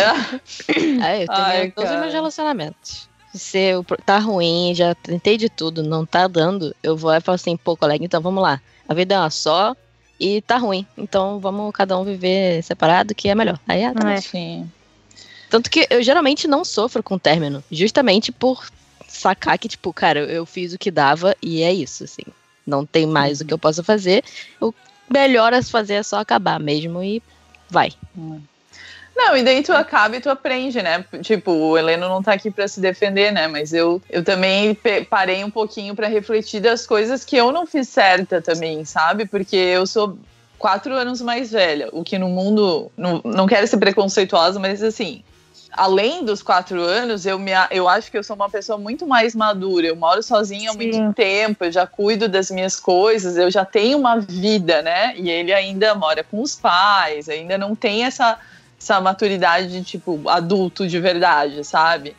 Eu termino todos os meus relacionamentos. Se tá ruim, já tentei de tudo, não tá dando, eu vou e falo assim, pô, colega, então vamos lá. A vida é uma só e tá ruim. Então vamos cada um viver separado, que é melhor. Aí Sim. Tanto que eu geralmente não sofro com término, justamente por sacar que, tipo, cara, eu fiz o que dava e é isso, assim. Não tem mais o que eu possa fazer. O melhor a se fazer é só acabar mesmo e vai. Não, e daí tu acaba e tu aprende, né? Tipo, o Heleno não tá aqui pra se defender, né? Mas eu também parei um pouquinho pra refletir das coisas que eu não fiz certa também, sabe? Porque eu sou 4 anos mais velha, o que no mundo, não quero ser preconceituosa, mas assim, além dos 4 anos, eu acho que eu sou uma pessoa muito mais madura. Eu moro sozinha há muito tempo, eu já cuido das minhas coisas, eu já tenho uma vida, né? E ele ainda mora com os pais, ainda não tem essa maturidade de, tipo, adulto de verdade, sabe?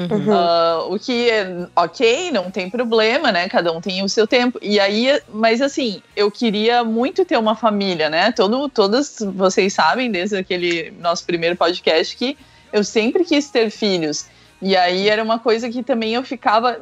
O que é ok, não tem problema, né? Cada um tem o seu tempo. E aí, mas assim, eu queria muito ter uma família, né? Todas vocês sabem, desde aquele nosso primeiro podcast, que eu sempre quis ter filhos. E aí era uma coisa que também eu ficava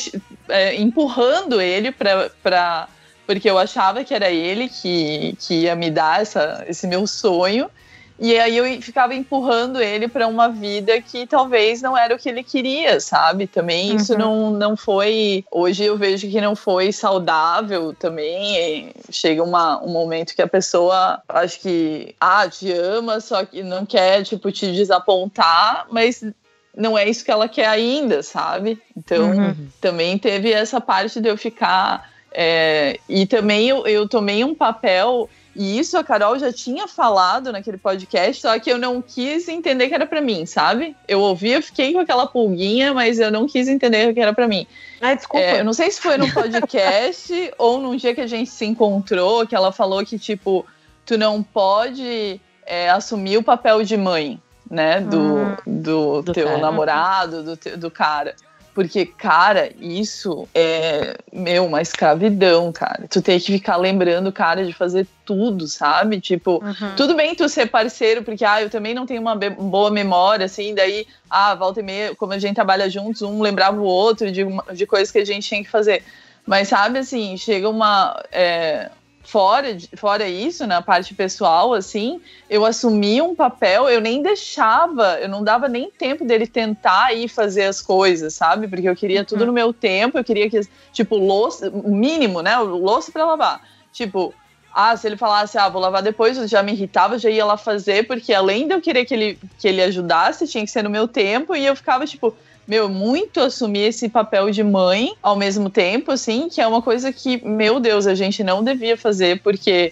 empurrando ele porque eu achava que era ele que ia me dar esse meu sonho. E aí eu ficava empurrando ele para uma vida que talvez não era o que ele queria, sabe? Também isso não foi... Hoje eu vejo que não foi saudável também. Chega um momento que a pessoa, acho que, te ama, só que não quer, tipo, te desapontar, mas não é isso que ela quer ainda, sabe? Então, também teve essa parte de eu ficar... e também eu tomei um papel... E isso a Carol já tinha falado naquele podcast, só que eu não quis entender que era pra mim, sabe? Eu ouvi, eu fiquei com aquela pulguinha, mas eu não quis entender que era pra mim. Desculpa. Eu não sei se foi no podcast ou num dia que a gente se encontrou, que ela falou que, tipo, tu não pode assumir o papel de mãe, né? Do teu cara. Namorado, do cara. Porque, cara, isso é, uma escravidão, cara. Tu tem que ficar lembrando o cara de fazer tudo, sabe? Tipo, tudo bem tu ser parceiro, porque, eu também não tenho uma boa memória, assim, daí, volta e meia, como a gente trabalha juntos, um lembrava o outro de coisas que a gente tinha que fazer. Mas, sabe, assim, chega uma... Fora isso, na parte pessoal, assim, eu assumi um papel, eu nem deixava, eu não dava nem tempo dele tentar ir fazer as coisas, sabe? Porque eu queria tudo no meu tempo, eu queria que, tipo, louça, o mínimo, né? Louça pra lavar. Tipo, se ele falasse, vou lavar depois, eu já me irritava, já ia lá fazer, porque além de eu querer que ele ajudasse, tinha que ser no meu tempo, e eu ficava, tipo... muito assumir esse papel de mãe ao mesmo tempo, assim, que é uma coisa que, meu Deus, a gente não devia fazer, porque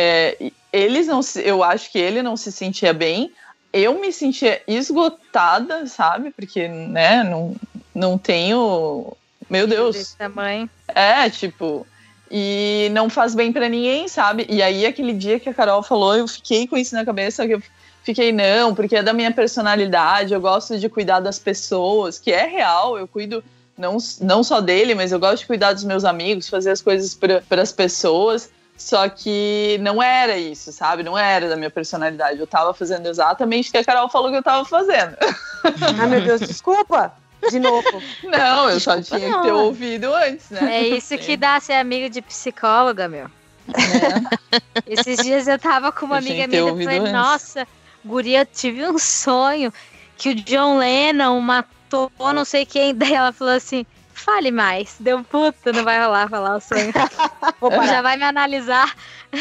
eu acho que ele não se sentia bem, eu me sentia esgotada, sabe, porque, né, não tenho, meu Deus. Desse tamanho. Tipo, e não faz bem pra ninguém, sabe, e aí aquele dia que a Carol falou, eu fiquei com isso na cabeça, que eu fiquei, não, porque é da minha personalidade, eu gosto de cuidar das pessoas, que é real, eu cuido não só dele, mas eu gosto de cuidar dos meus amigos, fazer as coisas para as pessoas, só que não era isso, sabe? Não era da minha personalidade, eu tava fazendo exatamente o que a Carol falou que eu tava fazendo. Meu Deus, desculpa! De novo. Não, eu só tinha que ter ouvido antes, né? É isso que dá ser amigo de psicóloga, meu. Esses dias eu tava com uma amiga minha e falei, nossa... Guria, eu tive um sonho que o John Lennon matou não sei quem. Daí ela falou assim, fale mais. Deu puta, não vai rolar falar o sonho. Já vai me analisar.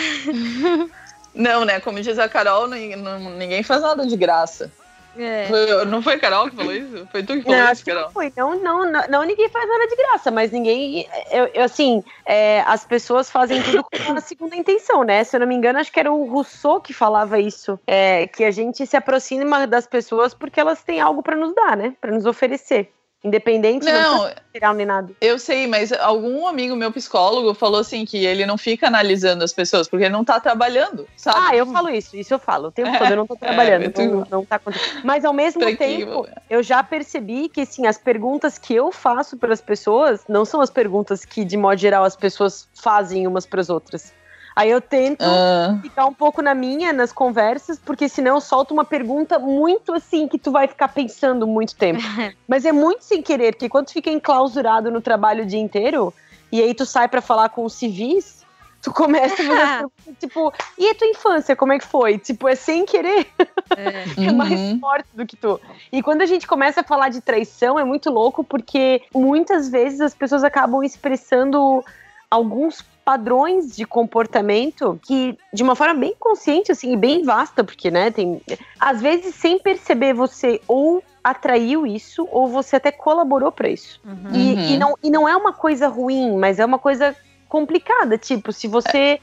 Não, né? Como diz a Carol, ninguém faz nada de graça. Não foi a Carol que falou isso? Foi tu que falou isso, Carol? Não foi. Não, ninguém faz nada de graça, mas ninguém... as pessoas fazem tudo com uma segunda intenção, né? Se eu não me engano, acho que era o Rousseau que falava isso. Que a gente se aproxima das pessoas porque elas têm algo pra nos dar, né? Pra nos oferecer. Independente, não material nem nada. Eu sei, mas algum amigo meu psicólogo falou assim que ele não fica analisando as pessoas porque ele não tá trabalhando, sabe? Eu falo isso eu falo. O tempo todo eu não tô trabalhando, não tá acontecendo. Mas ao mesmo tempo, eu já percebi que, assim, as perguntas que eu faço para as pessoas não são as perguntas que, de modo geral, as pessoas fazem umas para as outras. Aí eu tento ficar um pouco nas conversas, porque senão eu solto uma pergunta muito assim, que tu vai ficar pensando muito tempo. Mas é muito sem querer, porque quando tu fica enclausurado no trabalho o dia inteiro, e aí tu sai pra falar com os civis, tu começa a fazer perguntas, tipo, e a tua infância, como é que foi? Tipo, é sem querer. É mais forte do que tu. E quando a gente começa a falar de traição, é muito louco, porque muitas vezes as pessoas acabam expressando alguns padrões de comportamento que, de uma forma bem consciente, assim, e bem vasta, porque, né, às vezes, sem perceber, você ou atraiu isso, ou você até colaborou para isso. E não é uma coisa ruim, mas é uma coisa complicada, tipo, se você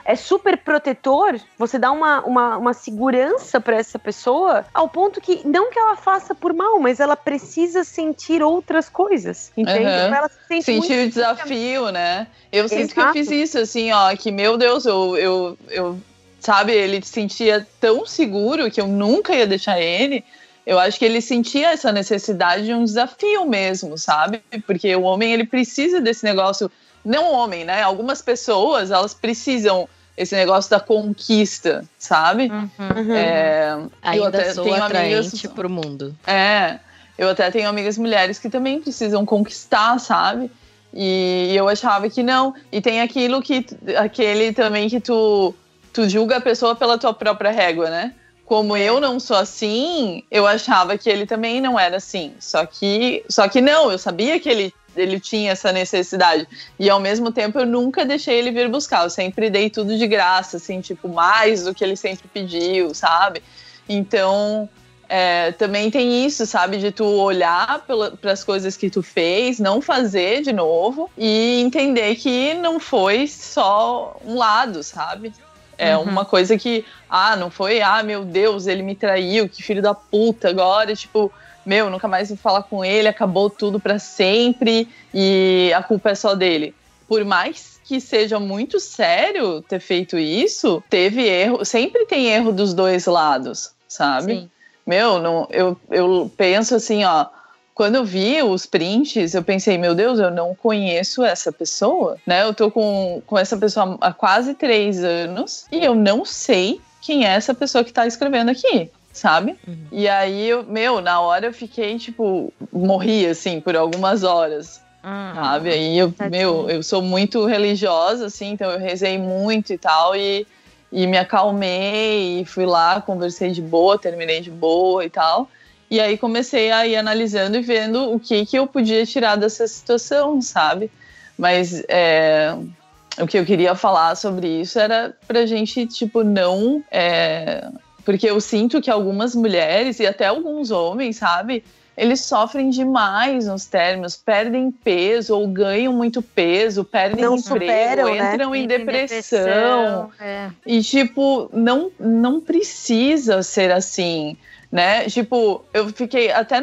é super protetor, você dá uma segurança pra essa pessoa, ao ponto que, não que ela faça por mal, mas ela precisa sentir outras coisas, entende? Ela se sentir o desafio, né? Eu sinto que eu fiz isso, assim, ó, que, meu Deus, eu sabe, ele se sentia tão seguro que eu nunca ia deixar ele. Eu acho que ele sentia essa necessidade de um desafio mesmo, sabe? Porque o homem, ele precisa desse negócio, não o homem, né? Algumas pessoas, elas precisam esse negócio da conquista, sabe? Ainda eu até sou tenho atraente pro mundo. Eu até tenho amigas mulheres que também precisam conquistar, sabe? E eu achava que não. E tem aquele também que tu julga a pessoa pela tua própria régua, né? Como eu não sou assim, eu achava que ele também não era assim. Só que não, eu sabia que ele tinha essa necessidade. E ao mesmo tempo eu nunca deixei ele vir buscar. Eu sempre dei tudo de graça, assim, tipo, mais do que ele sempre pediu, sabe? Então, também tem isso, sabe? De tu olhar para as coisas que tu fez, não fazer de novo e entender que não foi só um lado, sabe? É uma coisa que, não foi, meu Deus, ele me traiu, que filho da puta, agora, tipo, nunca mais vou falar com ele, acabou tudo pra sempre e a culpa é só dele. Por mais que seja muito sério ter feito isso, teve erro, sempre tem erro dos dois lados, sabe? Sim. Eu penso assim, ó, quando eu vi os prints, eu pensei, meu Deus, eu não conheço essa pessoa, né? Eu tô com essa pessoa há quase 3 anos e eu não sei quem é essa pessoa que tá escrevendo aqui, sabe? E aí, na hora eu fiquei, tipo, morri, assim, por algumas horas, sabe? Aí eu sou muito religiosa, assim, então eu rezei muito e tal, e me acalmei, e fui lá, conversei de boa, terminei de boa e tal. E aí comecei a ir analisando e vendo o que eu podia tirar dessa situação, sabe? Mas o que eu queria falar sobre isso era pra gente, tipo, não... porque eu sinto que algumas mulheres e até alguns homens, sabe? Eles sofrem demais nos términos, perdem peso ou ganham muito peso, perdem emprego, entram em depressão. E, tipo, não precisa ser assim, né? Tipo, eu fiquei até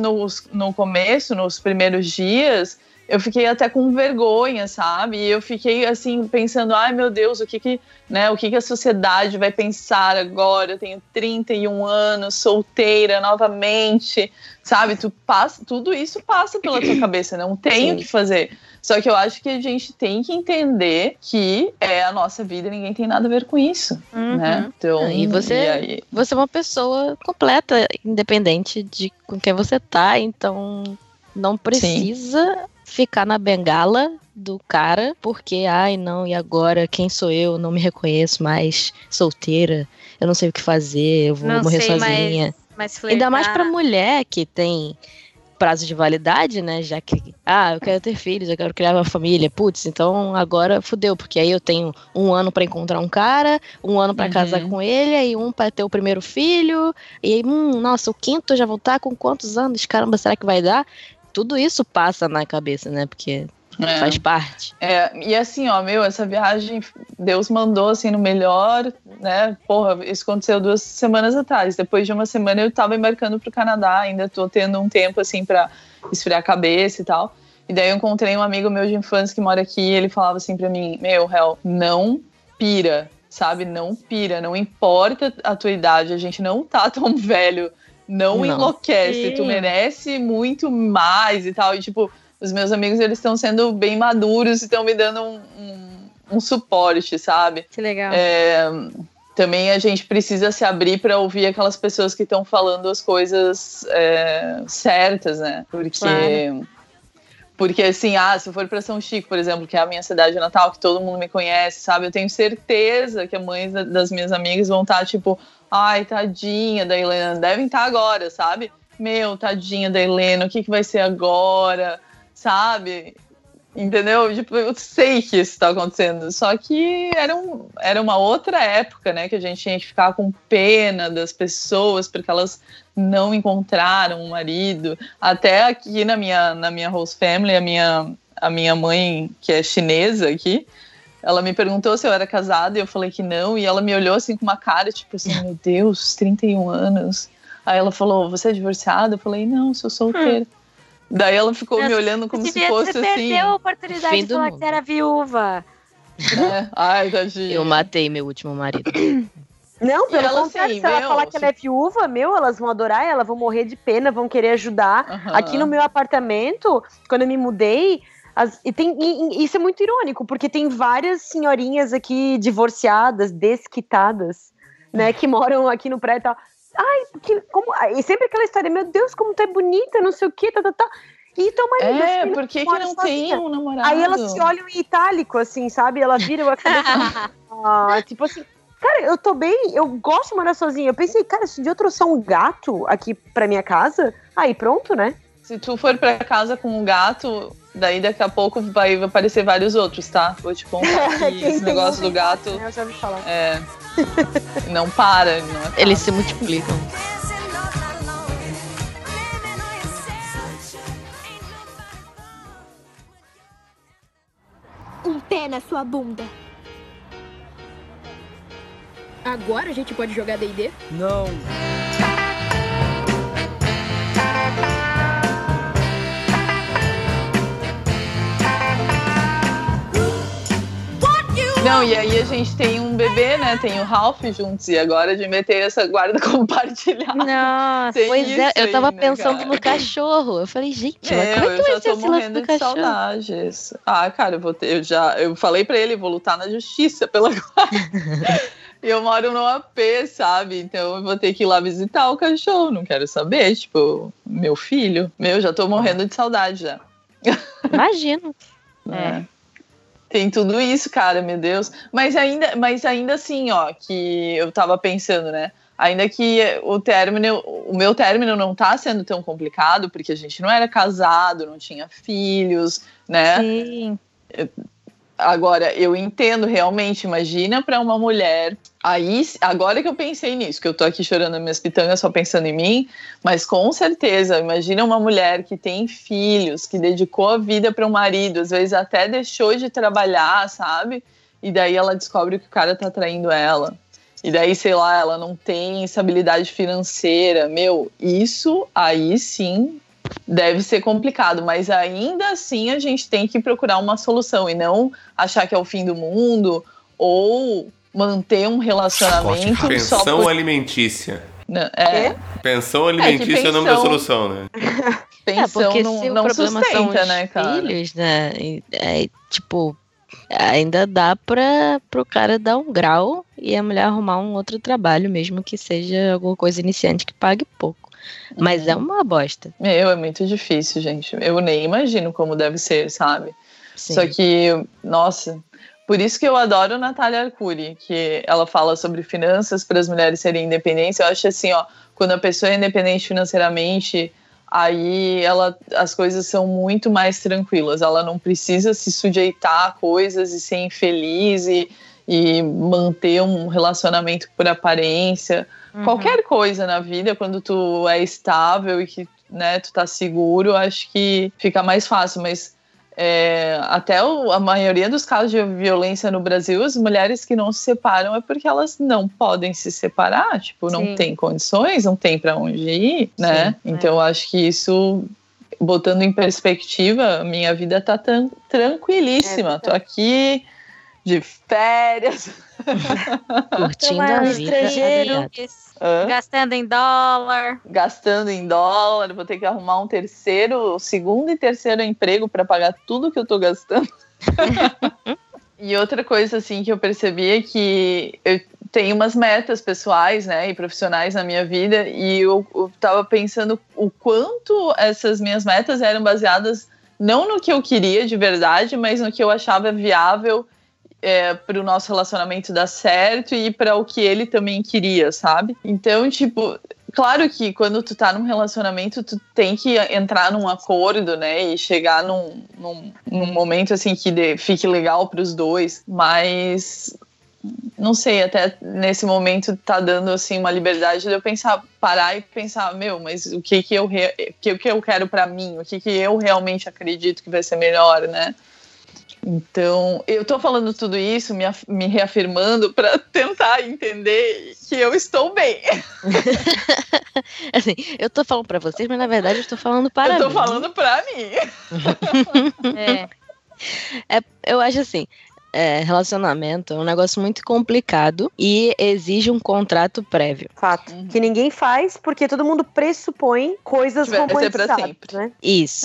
no começo, nos primeiros dias, eu fiquei até com vergonha, sabe? E eu fiquei, assim, pensando, ai, meu Deus, o que a sociedade vai pensar agora? Eu tenho 31 anos, solteira novamente, sabe? Tudo isso passa pela tua cabeça, não tem o que fazer. Só que eu acho que a gente tem que entender que é a nossa vida e ninguém tem nada a ver com isso, né? Então, e você é uma pessoa completa, independente de com quem você tá, então não precisa ficar na bengala do cara, porque, e agora, quem sou eu? Não me reconheço mais, solteira, eu não sei o que fazer, eu vou morrer sozinha. Ainda mais pra mulher que tem prazo de validade, né, já que, eu quero ter filhos, eu quero criar uma família, putz, então agora fudeu, porque aí eu tenho 1 ano pra encontrar um cara, 1 ano pra casar com ele, aí 1 pra ter o primeiro filho, e aí, nossa, o 5º já vou estar com quantos anos? Caramba, será que vai dar? Tudo isso passa na cabeça, né? Porque faz parte. E assim, ó, essa viagem, Deus mandou, assim, no melhor, né? Porra, isso aconteceu 2 semanas atrás. Depois de 1 semana eu tava embarcando pro Canadá, ainda tô tendo um tempo, assim, pra esfriar a cabeça e tal. E daí eu encontrei um amigo meu de infância que mora aqui e ele falava assim pra mim, Hel, não pira, sabe? Não pira, não importa a tua idade, a gente não tá tão velho. Não enlouquece, tu merece muito mais e tal. E, tipo, os meus amigos, eles estão sendo bem maduros e estão me dando um suporte, sabe? Que legal. Também a gente precisa se abrir para ouvir aquelas pessoas que estão falando as coisas certas, né? Porque assim, se eu for para São Chico, por exemplo, que é a minha cidade natal, que todo mundo me conhece, sabe? Eu tenho certeza que as mães das minhas amigas vão estar, tipo... Ai, tadinha da Helena, devem estar agora, sabe? Tadinha da Helena, o que vai ser agora, sabe? Entendeu? Tipo, eu sei que isso tá acontecendo, só que era uma outra época, né? Que a gente tinha que ficar com pena das pessoas, porque elas não encontraram um marido. Até aqui na minha host family, a minha mãe, que é chinesa aqui, Ela me perguntou se eu era casada e eu falei que não. E ela me olhou assim com uma cara, tipo assim, meu Deus, 31 anos. Aí ela falou, você é divorciada? Eu falei, não, sou solteira. Daí ela ficou me olhando como se fosse você assim... Você perdeu a oportunidade de falar que você era viúva. Ai, tadinha. Eu matei meu último marido. Não, pelo ela, contrário, assim, se ela falar que ela é viúva, elas vão adorar ela, vão morrer de pena, vão querer ajudar. Aqui no meu apartamento, quando eu me mudei, isso é muito irônico, porque tem várias senhorinhas aqui divorciadas, desquitadas, né, que moram aqui no prédio e tal. Ai, e sempre aquela história, meu Deus, como tu é bonita, não sei o que, E teu marido, por que não tem um namorado? Aí elas se olham em itálico, assim, sabe? Ela vira a cabeça. Tipo assim, cara, eu tô bem, eu gosto de morar sozinha. Eu pensei, cara, se um dia eu trouxer um gato aqui pra minha casa, aí pronto, né? Se tu for pra casa com um gato, daí daqui a pouco vai aparecer vários outros, tá? Vou te contar que esse negócio do gato... Eu já ouvi falar. Não para, Eles se multiplicam. Um pé na sua bunda. Agora a gente pode jogar D&D? Não. Não, e aí a gente tem um bebê, né? Tem o Ralph juntos. E agora de meter essa guarda compartilhada. Nossa, pois é. Eu tava pensando no cachorro. Eu falei, gente, como é que vai ser esse lance do cachorro? Saudades. Cara, eu falei pra ele, vou lutar na justiça pela guarda. E eu moro no AP, sabe? Então eu vou ter que ir lá visitar o cachorro. Não quero saber, tipo, meu filho. Já tô morrendo de saudade já. Imagino. Tem tudo isso, cara, meu Deus. Mas ainda assim, ó, que eu tava pensando, né? Ainda que o meu término não tá sendo tão complicado, porque a gente não era casado, não tinha filhos, né? Sim. Agora, eu entendo realmente, imagina pra uma mulher... Aí, agora que eu pensei nisso, que eu tô aqui chorando as minhas pitangas só pensando em mim, mas com certeza, imagina uma mulher que tem filhos, que dedicou a vida para um marido, às vezes até deixou de trabalhar, sabe? E daí ela descobre que o cara tá traindo ela. E daí, sei lá, ela não tem estabilidade financeira. Isso aí sim deve ser complicado, mas ainda assim a gente tem que procurar uma solução e não achar que é o fim do mundo ou manter um relacionamento. Pensão alimentícia. Pensão alimentícia é o nome da solução, né? Pensão porque não, se não o problema sustenta, são os né, cara? filhos, né? Tipo, ainda dá pro cara dar um grau e a mulher arrumar um outro trabalho, mesmo que seja alguma coisa iniciante que pague pouco. Mas é uma bosta. É muito difícil, gente. Eu nem imagino como deve ser, sabe? Sim. Só que, nossa... Por isso que eu adoro Natália Arcuri, que ela fala sobre finanças para as mulheres serem independentes. Eu acho assim, ó, quando a pessoa é independente financeiramente, aí as coisas são muito mais tranquilas. Ela não precisa se sujeitar a coisas e ser infeliz e manter um relacionamento por aparência. Qualquer coisa na vida, quando tu é estável e que, né, tu tá seguro, acho que fica mais fácil, mas... até a maioria dos casos de violência no Brasil, as mulheres que não se separam é porque elas não podem se separar, tipo, não tem condições, não tem pra onde ir, né? Então eu acho que isso, botando em perspectiva, minha vida tá tranquilíssima. Tô aqui de férias. Curtindo a vida. Estrangeiro. Gastando em dólar. Vou ter que arrumar segundo e terceiro emprego para pagar tudo que eu tô gastando. E outra coisa assim que eu percebi é que eu tenho umas metas pessoais, né, e profissionais na minha vida, e eu tava pensando o quanto essas minhas metas eram baseadas não no que eu queria de verdade, mas no que eu achava viável para o nosso relacionamento dar certo e para o que ele também queria, sabe? Então, tipo, claro que quando tu tá num relacionamento, tu tem que entrar num acordo, né? E chegar num momento, assim, que fique legal pros dois. Mas, não sei, até nesse momento tá dando, assim, uma liberdade de eu parar e pensar, mas o que eu quero pra mim? O que eu realmente acredito que vai ser melhor, né? Então, eu tô falando tudo isso, me reafirmando para tentar entender que eu estou bem. Assim, eu tô falando pra vocês, mas na verdade eu estou falando para mim. Eu tô falando pra mim. Eu acho assim, relacionamento é um negócio muito complicado e exige um contrato prévio. Fato. Que ninguém faz porque todo mundo pressupõe coisas romantizadas, né? Isso.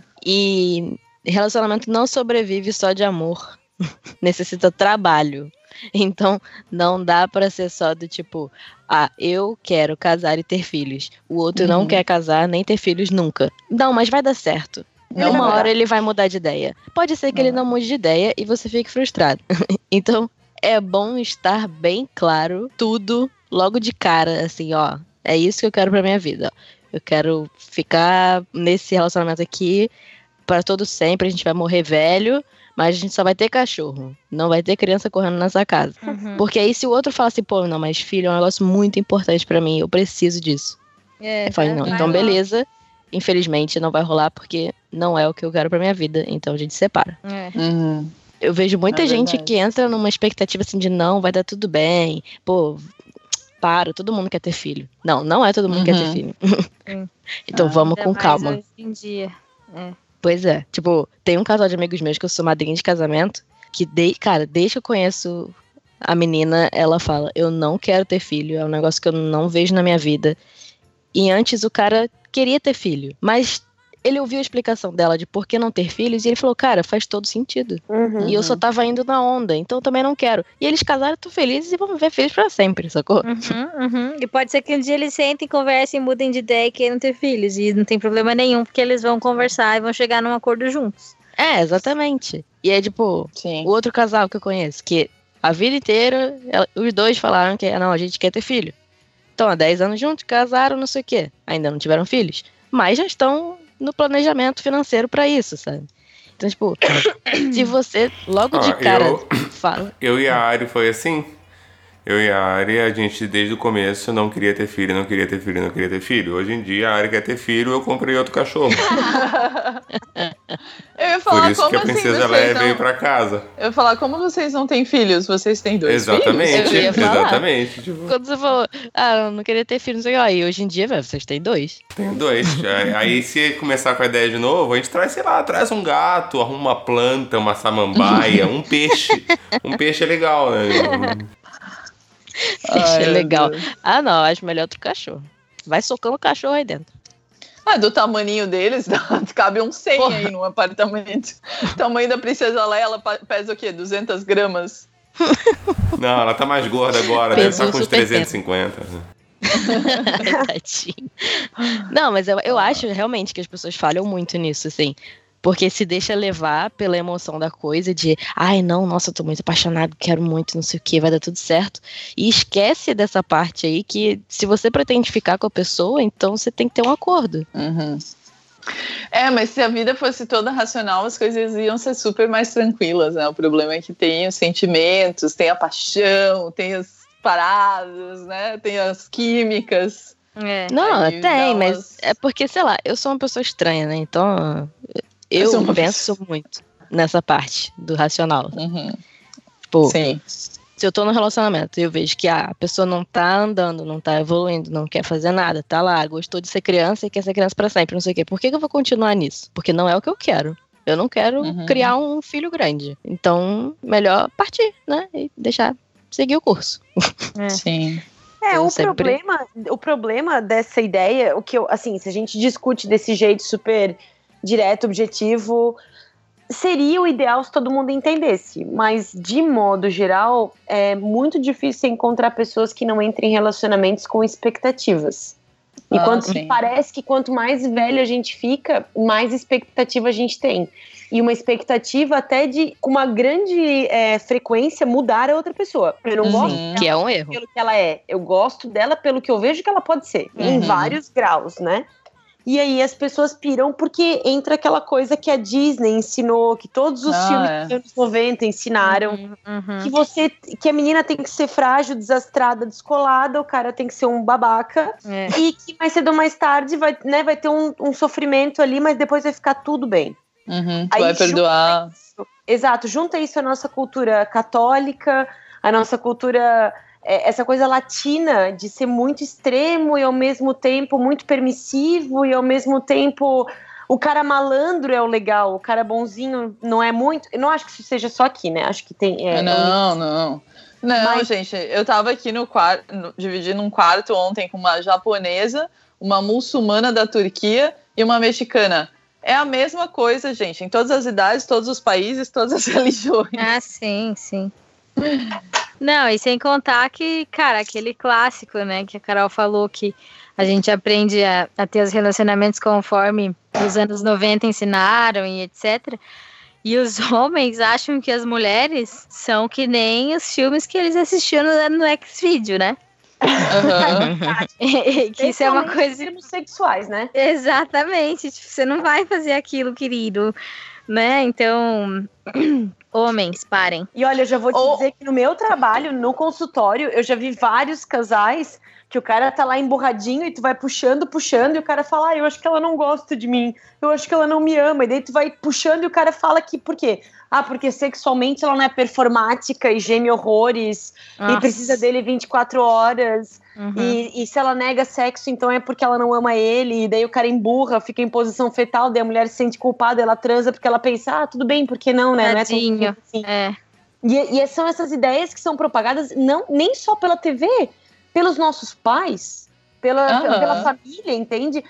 E relacionamento não sobrevive só de amor. Necessita trabalho. Então, não dá pra ser só do tipo, eu quero casar e ter filhos. O outro não quer casar nem ter filhos nunca. Não, mas vai dar certo. Uma hora ele vai mudar de ideia. Pode ser que ele não mude de ideia e você fique frustrado. Então, é bom estar bem claro tudo logo de cara, assim, é isso que eu quero pra minha vida. Eu quero ficar nesse relacionamento aqui para todo sempre, a gente vai morrer velho, mas a gente só vai ter cachorro. Não vai ter criança correndo nessa casa. Porque aí se o outro fala assim, pô, não, mas filho é um negócio muito importante pra mim, eu preciso disso. Eu falo, não, então beleza, infelizmente não vai rolar porque não é o que eu quero pra minha vida, então a gente separa. Eu vejo muita gente que entra numa expectativa assim de não, vai dar tudo bem, pô, todo mundo quer ter filho. Não é todo mundo que quer ter filho. Então vamos com calma. Hoje em dia, Pois é, tipo, tem um casal de amigos meus que eu sou madrinha de casamento, que, cara, desde que eu conheço a menina, ela fala, eu não quero ter filho, é um negócio que eu não vejo na minha vida. E antes o cara queria ter filho, mas ele ouviu a explicação dela de por que não ter filhos, e ele falou, cara, faz todo sentido. E eu só tava indo na onda, então eu também não quero. E eles casaram, tão felizes e vão viver felizes pra sempre, sacou? E pode ser que um dia eles sentem, conversem, mudem de ideia e queiram ter filhos. E não tem problema nenhum, porque eles vão conversar e vão chegar num acordo juntos. Exatamente. E é tipo, o outro casal que eu conheço, que a vida inteira, os dois falaram que não, a gente quer ter filho. Então, há 10 anos juntos, casaram, não sei o quê. Ainda não tiveram filhos, mas já estão no planejamento financeiro pra isso, sabe? Então, tipo, se você logo de cara fala... Eu e a Ari foi assim. Eu e a Ari, a gente desde o começo não queria ter filho. Hoje em dia a Ari quer ter filho, eu comprei outro cachorro. Eu ia falar, por isso que a princesa Leia veio pra casa. Eu ia falar, como vocês não têm filhos? Vocês têm 2 filhos? Exatamente. Tipo... Quando você falou, eu não queria ter filho, não sei o que, e hoje em dia, velho, vocês têm 2. Tem 2. Aí se começar com a ideia de novo, a gente traz, sei lá, traz um gato, arruma uma planta, uma samambaia, um peixe. Um peixe é legal, né? Peixe é legal. Não, acho melhor outro cachorro. Vai socando o cachorro aí dentro. Do tamanho deles, cabe uns 100 aí no apartamento. O tamanho da princesa Leia, ela pesa o quê? 200 gramas? Não, ela tá mais gorda agora, deve estar com uns 350. Tadinho. Não, mas eu acho realmente que as pessoas falham muito nisso, assim. Porque se deixa levar pela emoção da coisa de não, nossa, eu tô muito apaixonado, quero muito, não sei o que, vai dar tudo certo. E esquece dessa parte aí que se você pretende ficar com a pessoa, então você tem que ter um acordo. Mas se a vida fosse toda racional, as coisas iam ser super mais tranquilas, né? O problema é que tem os sentimentos, tem a paixão, tem as paradas, né? Tem as químicas. Não, tem, mas é porque, sei lá, eu sou uma pessoa estranha, né? Então... Eu penso muito nessa parte do racional. Tipo, se eu tô no relacionamento e eu vejo que a pessoa não tá andando, não tá evoluindo, não quer fazer nada, tá lá, gostou de ser criança e quer ser criança pra sempre, não sei o quê. Por que eu vou continuar nisso? Porque não é o que eu quero. Eu não quero criar um filho grande. Então, melhor partir, né? E deixar seguir o curso. Sim. O problema dessa ideia, o que se a gente discute desse jeito super direto, objetivo, seria o ideal se todo mundo entendesse, mas de modo geral é muito difícil encontrar pessoas que não entrem em relacionamentos com expectativas. E parece que quanto mais velho a gente fica, mais expectativa a gente tem. E uma expectativa até de, com uma grande frequência, mudar a outra pessoa. Eu não gosto dela que é um erro. Pelo que ela é. Eu gosto dela pelo que eu vejo que ela pode ser. Em vários graus, né? E aí as pessoas piram porque entra aquela coisa que a Disney ensinou, que todos os filmes dos anos 90 ensinaram, que a menina tem que ser frágil, desastrada, descolada, o cara tem que ser um babaca, e que mais cedo ou mais tarde vai ter um sofrimento ali, mas depois vai ficar tudo bem. Tu vai perdoar. Exato, junta isso à nossa cultura católica, à nossa cultura, essa coisa latina de ser muito extremo e ao mesmo tempo muito permissivo e ao mesmo tempo o cara malandro é o legal, o cara bonzinho não é muito. Eu não acho que isso seja só aqui, né? Acho que tem. Não, gente, eu tava aqui no quarto, dividindo um quarto ontem com uma japonesa, uma muçulmana da Turquia e uma mexicana. É a mesma coisa, gente, em todas as idades, todos os países, todas as religiões. Ah, sim. Não, e sem contar que, cara, aquele clássico, né, que a Carol falou que a gente aprende a ter os relacionamentos conforme os anos 90 ensinaram e etc. E os homens acham que as mulheres são que nem os filmes que eles assistiam no Xvideo, né? Que isso é uma coisa. Termos sexuais, né? Exatamente. Tipo, você não vai fazer aquilo, querido, né? Então, homens, parem. E olha, eu já vou te dizer que no meu trabalho, no consultório, eu já vi vários casais que o cara tá lá emburradinho e tu vai puxando, e o cara fala, eu acho que ela não gosta de mim, eu acho que ela não me ama, e daí tu vai puxando e o cara fala que, por quê? Porque sexualmente ela não é performática e geme horrores, e precisa dele 24 horas, e se ela nega sexo, então é porque ela não ama ele, e daí o cara emburra, fica em posição fetal, daí a mulher se sente culpada, ela transa porque ela pensa, tudo bem, por que não, né? Tadinho. Não é tão assim. E são essas ideias que são propagadas nem só pela TV, pelos nossos pais, pela família, entende?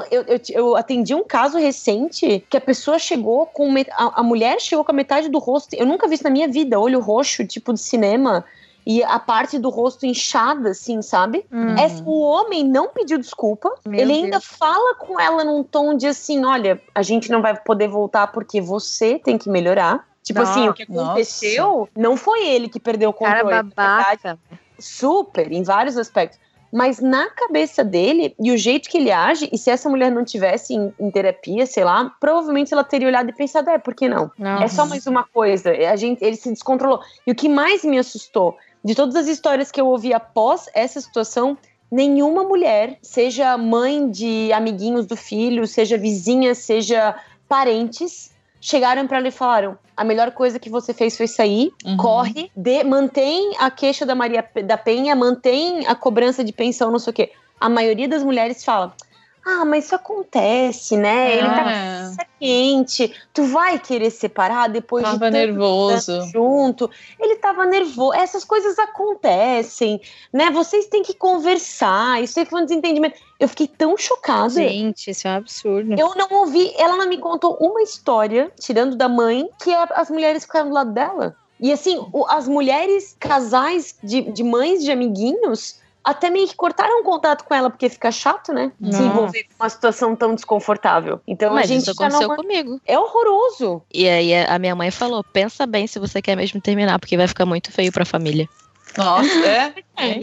Eu atendi um caso recente que a pessoa chegou com... A mulher chegou com a metade do rosto... Eu nunca vi isso na minha vida. Olho roxo, tipo de cinema. E a parte do rosto inchada, assim, sabe? O homem não pediu desculpa. Ele ainda fala com ela num tom de assim, olha, a gente não vai poder voltar porque você tem que melhorar. Tipo assim, o que aconteceu não foi ele que perdeu o controle. Cara babaca. Super, em vários aspectos. Mas na cabeça dele, e o jeito que ele age, e se essa mulher não tivesse em terapia, sei lá, provavelmente ela teria olhado e pensado, por que não? É só mais uma coisa. Ele se descontrolou. E o que mais me assustou, de todas as histórias que eu ouvi após essa situação, nenhuma mulher, seja mãe de amiguinhos do filho, seja vizinha, seja parentes, chegaram pra ela e falaram, a melhor coisa que você fez foi sair, corre, mantém a queixa da Maria da Penha, mantém a cobrança de pensão, não sei o quê. A maioria das mulheres fala, mas isso acontece, né? Ele tá com cabeça quente, tu vai querer separar depois de nervoso junto. Ele tava nervoso, essas coisas acontecem, né? Vocês têm que conversar, isso aí foi um desentendimento. Eu fiquei tão chocada. Gente, isso é um absurdo. Eu não ouvi, ela não me contou uma história, tirando da mãe, que as mulheres ficaram do lado dela. E assim, as mulheres, casais de mães de amiguinhos, até meio que cortaram o contato com ela, porque fica chato, né? Se envolver com uma situação tão desconfortável. Então Mas a gente isso aconteceu comigo. É horroroso. E aí a minha mãe falou, pensa bem se você quer mesmo terminar, porque vai ficar muito feio pra família. Nossa,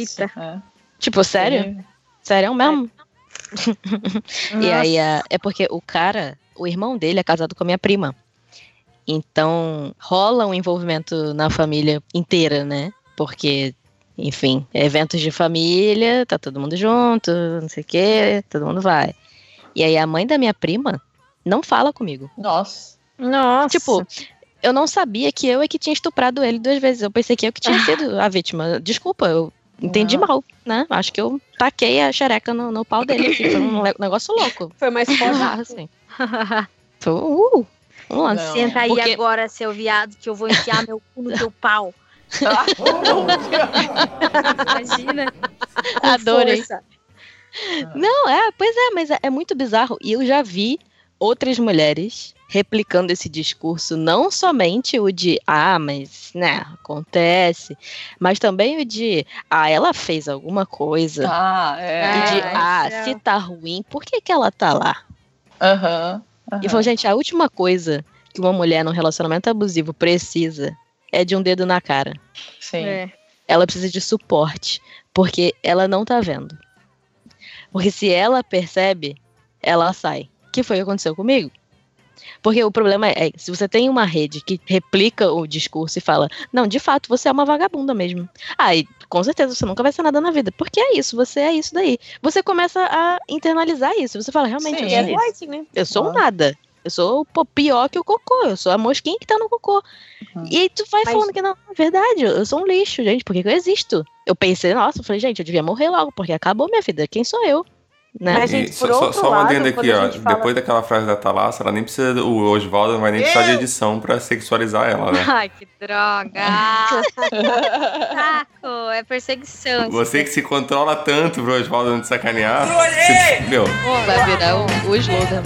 Tipo, sério? Sério mesmo? E aí é porque o irmão dele é casado com a minha prima. Então rola um envolvimento na família inteira, né? Porque, enfim, eventos de família, tá todo mundo junto, não sei o que, todo mundo vai. E aí a mãe da minha prima não fala comigo. Nossa. Tipo, eu não sabia que eu é que tinha estuprado ele 2 vezes. Eu pensei que eu que tinha sido a vítima. Desculpa, eu entendi mal, né? Acho que eu taquei a xereca no pau dele. Assim, foi um negócio louco. Foi mais forte. Assim. Vamos lá. Senta aí agora, seu viado, que eu vou enfiar meu cu no teu pau. Imagina. Adorei. Força. Não, pois é, mas é muito bizarro. E eu já vi outras mulheres replicando esse discurso, não somente o de, mas, né, acontece, mas também o de, ela fez alguma coisa. E de, se tá ruim, por que ela tá lá? E falou, gente, a última coisa que uma mulher num relacionamento abusivo precisa é de um dedo na cara. Sim. Ela precisa de suporte, porque ela não tá vendo. Porque se ela percebe, ela sai. Que foi o que aconteceu comigo. Porque o problema é, se você tem uma rede que replica o discurso e fala, não, de fato, você é uma vagabunda mesmo. E com certeza você nunca vai ser nada na vida. Porque é isso, você é isso daí. Você começa a internalizar isso. Você fala, realmente, eu sou isso. Né? Eu sou um nada. Eu sou, pior que o cocô. Eu sou a mosquinha que tá no cocô. E aí tu vai falando que não, é verdade, eu sou um lixo, gente. Por que eu existo? Eu pensei, nossa, eu falei, gente, eu devia morrer logo, porque acabou minha vida. Quem sou eu? Né? Mas, gente, só um adendo aqui, ó. Depois daquela frase da Thalassa, ela nem precisa. O Oswaldo não vai nem precisar de edição pra sexualizar ela, né? Ai, que droga! Saco! É perseguição. Você que se controla tanto pro Oswaldo não te sacanear. Meu. Vai virar o slogan.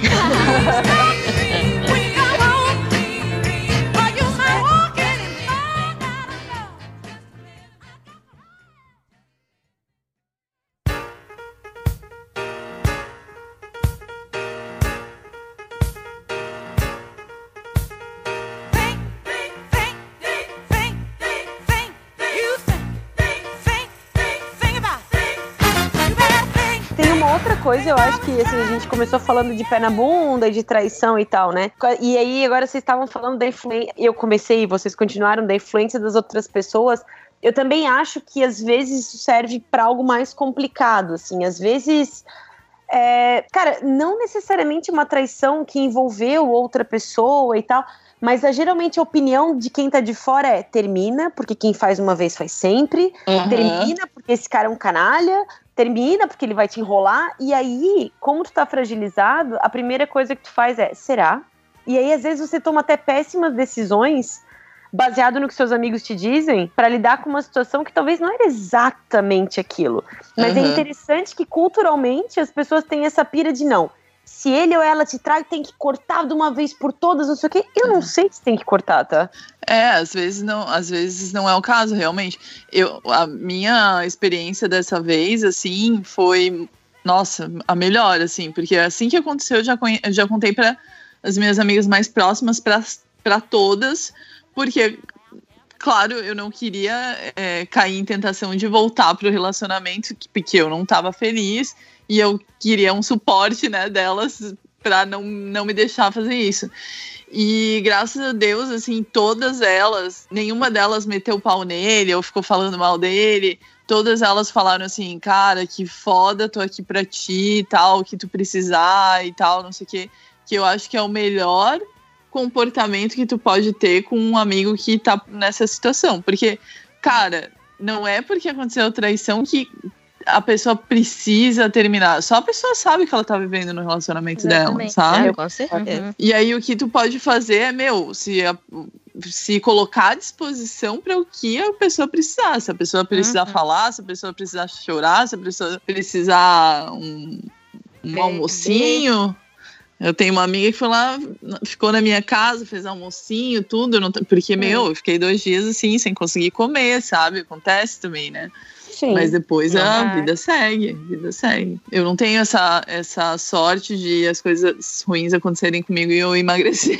Outra coisa, eu acho que assim, a gente começou falando de pé na bunda, de traição e tal, né? E aí agora vocês estavam falando da influência, eu comecei e vocês continuaram, da influência das outras pessoas. Eu também acho que às vezes isso serve para algo mais complicado, assim, às vezes, cara, não necessariamente uma traição que envolveu outra pessoa e tal, mas geralmente a opinião de quem tá de fora é termina, porque quem faz uma vez faz sempre, termina porque esse cara é um canalha, termina porque ele vai te enrolar, e aí, como tu tá fragilizado, a primeira coisa que tu faz é, será? E aí, às vezes, você toma até péssimas decisões, baseado no que seus amigos te dizem, pra lidar com uma situação que talvez não era exatamente aquilo. Mas é interessante que, culturalmente, as pessoas têm essa pira de não. Se ele ou ela te trai, tem que cortar de uma vez por todas, não sei o quê. Eu não sei se tem que cortar, tá? Às vezes não é o caso, realmente. A minha experiência dessa vez, assim, foi, nossa, a melhor, assim, porque assim que aconteceu, eu já contei para as minhas amigas mais próximas, para todas, porque, claro, eu não queria cair em tentação de voltar pro relacionamento, porque eu não estava feliz, e eu queria um suporte, né, delas para não me deixar fazer isso. E graças a Deus, assim, todas elas, nenhuma delas meteu o pau nele ou ficou falando mal dele. Todas elas falaram assim, cara, que foda, tô aqui pra ti e tal, que tu precisar e tal, não sei o quê. Que eu acho que é o melhor comportamento que tu pode ter com um amigo que tá nessa situação. Porque, cara, não é porque aconteceu traição que a pessoa precisa terminar. Só a pessoa sabe que ela tá vivendo no relacionamento dela, sabe? Com certeza. E aí o que tu pode fazer é, se colocar à disposição para o que a pessoa precisar. Se a pessoa precisar falar, se a pessoa precisar chorar, se a pessoa precisar um almocinho. Eu tenho uma amiga que foi lá, ficou na minha casa, fez almocinho, tudo, porque, eu fiquei 2 dias assim, sem conseguir comer, sabe? Acontece também, né? Sim. Mas depois a vida segue. Eu não tenho essa sorte de as coisas ruins acontecerem comigo e eu emagrecer.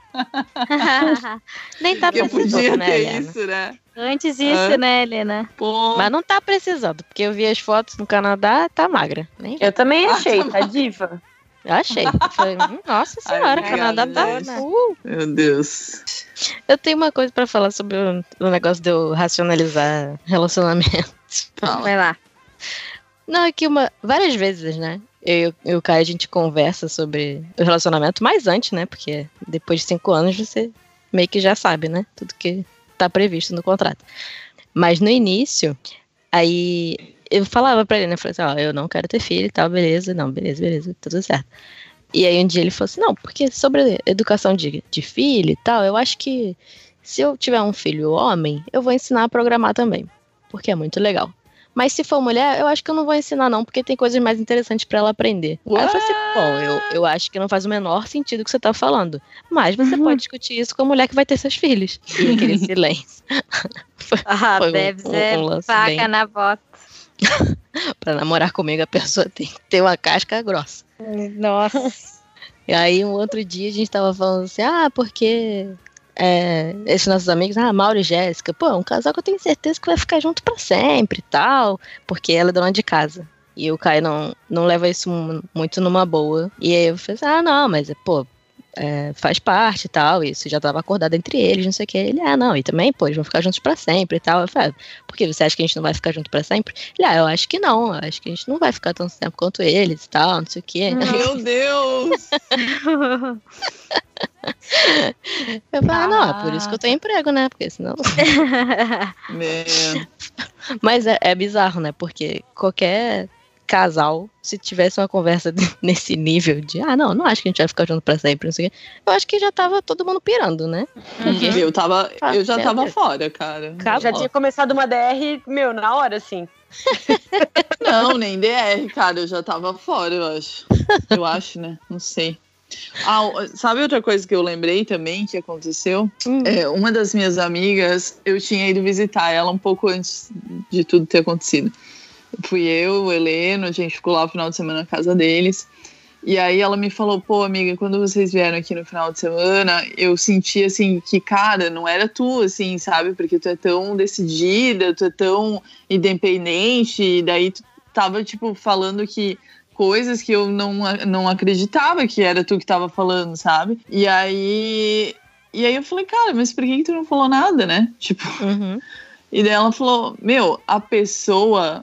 Nem tá precisando, eu podia né, ter Helena? isso, né? Antes isso, né, Helena? Pô. Mas não tá precisando, porque eu vi as fotos no Canadá, tá magra. Eu também achei, tá diva. Eu achei. Eu falei, nossa senhora, Canadá tá... Meu Deus. Eu tenho uma coisa pra falar sobre o negócio de eu racionalizar relacionamento. Vai lá. Não, é que várias vezes, né? Eu e o Caio, a gente conversa sobre o relacionamento, mais antes, né? Porque depois de 5 anos você meio que já sabe, né? Tudo que tá previsto no contrato. Mas no início, aí eu falava pra ele, né? Eu falei assim, eu não quero ter filho e tal, beleza. Não, beleza, tudo certo. E aí um dia ele falou assim, não, porque sobre educação de filho e tal, eu acho que se eu tiver um filho homem, eu vou ensinar a programar também. Porque é muito legal. Mas se for mulher, eu acho que eu não vou ensinar não, porque tem coisas mais interessantes pra ela aprender. Aí eu falei assim, bom, eu acho que não faz o menor sentido o que você tá falando. Mas você pode discutir isso com a mulher que vai ter seus filhos. E aquele silêncio. Foi deve ser faca na bota. Pra namorar comigo, a pessoa tem que ter uma casca grossa. Nossa. E aí, um outro dia, a gente tava falando assim, porque... esses nossos amigos, Mauro e Jéssica, é um casal que eu tenho certeza que vai ficar junto pra sempre e tal, porque ela é dona de casa. E o Caio não leva isso muito numa boa. E aí eu falei assim, não, mas faz parte e tal, isso já tava acordado entre eles, não sei o que. Ele, não, e também, pô, eles vão ficar juntos pra sempre e tal. Eu falei, por que você acha que a gente não vai ficar junto pra sempre? Ele, eu acho que não, eu acho que a gente não vai ficar tanto tempo quanto eles e tal, não sei o que. Meu Deus! Eu falei, não, é por isso que eu tenho emprego, né, porque senão... Mas é bizarro, né, porque qualquer casal, se tivesse uma conversa nesse nível de, não acho que a gente vai ficar junto pra sempre, não sei o quê, eu acho que já tava todo mundo pirando, né? Eu já tava fora, cara. Já tinha começado uma DR, na hora, assim. Não, nem DR, cara, eu já tava fora, eu acho. Eu acho, né? Não sei. Sabe outra coisa que eu lembrei também que aconteceu? Uma das minhas amigas, eu tinha ido visitar ela um pouco antes de tudo ter acontecido. Fui eu, o Heleno, a gente ficou lá no final de semana na casa deles. E aí ela me falou, pô, amiga, quando vocês vieram aqui no final de semana, eu senti, assim, que, cara, não era tu, assim, sabe? Porque tu é tão decidida, tu é tão independente, e daí tu tava, tipo, falando que coisas que eu não acreditava que era tu que tava falando, sabe? E aí eu falei, cara, mas por que tu não falou nada, né? Tipo... E daí ela falou, a pessoa...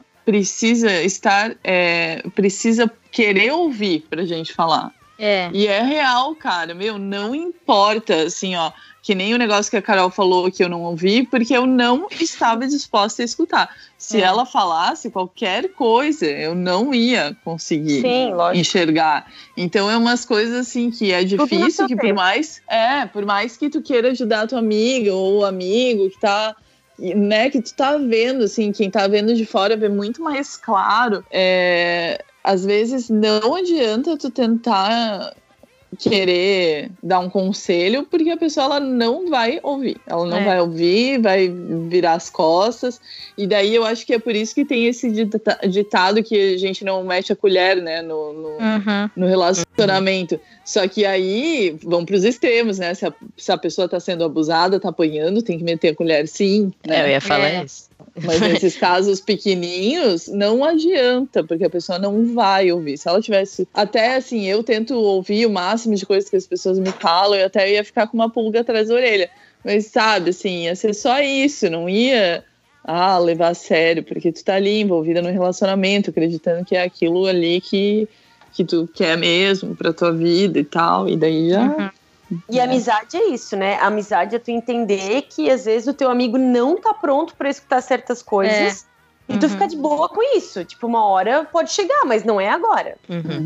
precisa querer ouvir pra gente falar. E é real, cara, não importa, assim, ó, que nem o negócio que a Carol falou que eu não ouvi, porque eu não estava disposta a escutar. Se ela falasse qualquer coisa, eu não ia conseguir enxergar. Então é umas coisas assim que é difícil, que por mais que tu queira ajudar a tua amiga ou amigo que tá... né, que tu tá vendo, assim, quem tá vendo de fora vê muito mais claro. Às vezes não adianta tu tentar querer dar um conselho, porque a pessoa ela não vai ouvir. Ela não vai ouvir, vai virar as costas. E daí eu acho que é por isso que tem esse ditado que a gente não mete a colher, né, no relacionamento. Só que aí vão pros extremos, né? Se a pessoa tá sendo abusada, tá apanhando, tem que meter a colher, sim. Né? Eu ia falar isso. Mas nesses casos pequenininhos, não adianta, porque a pessoa não vai ouvir. Se ela tivesse... Até, assim, eu tento ouvir o máximo de coisas que as pessoas me falam, e até ia ficar com uma pulga atrás da orelha. Mas, sabe, assim, ia ser só isso, não ia... levar a sério, porque tu tá ali envolvida no relacionamento, acreditando que é aquilo ali que tu quer mesmo pra tua vida e tal, e daí já... E amizade é isso, né? A amizade é tu entender que às vezes o teu amigo não tá pronto pra escutar certas coisas e tu ficar de boa com isso. Tipo, uma hora pode chegar, mas não é agora.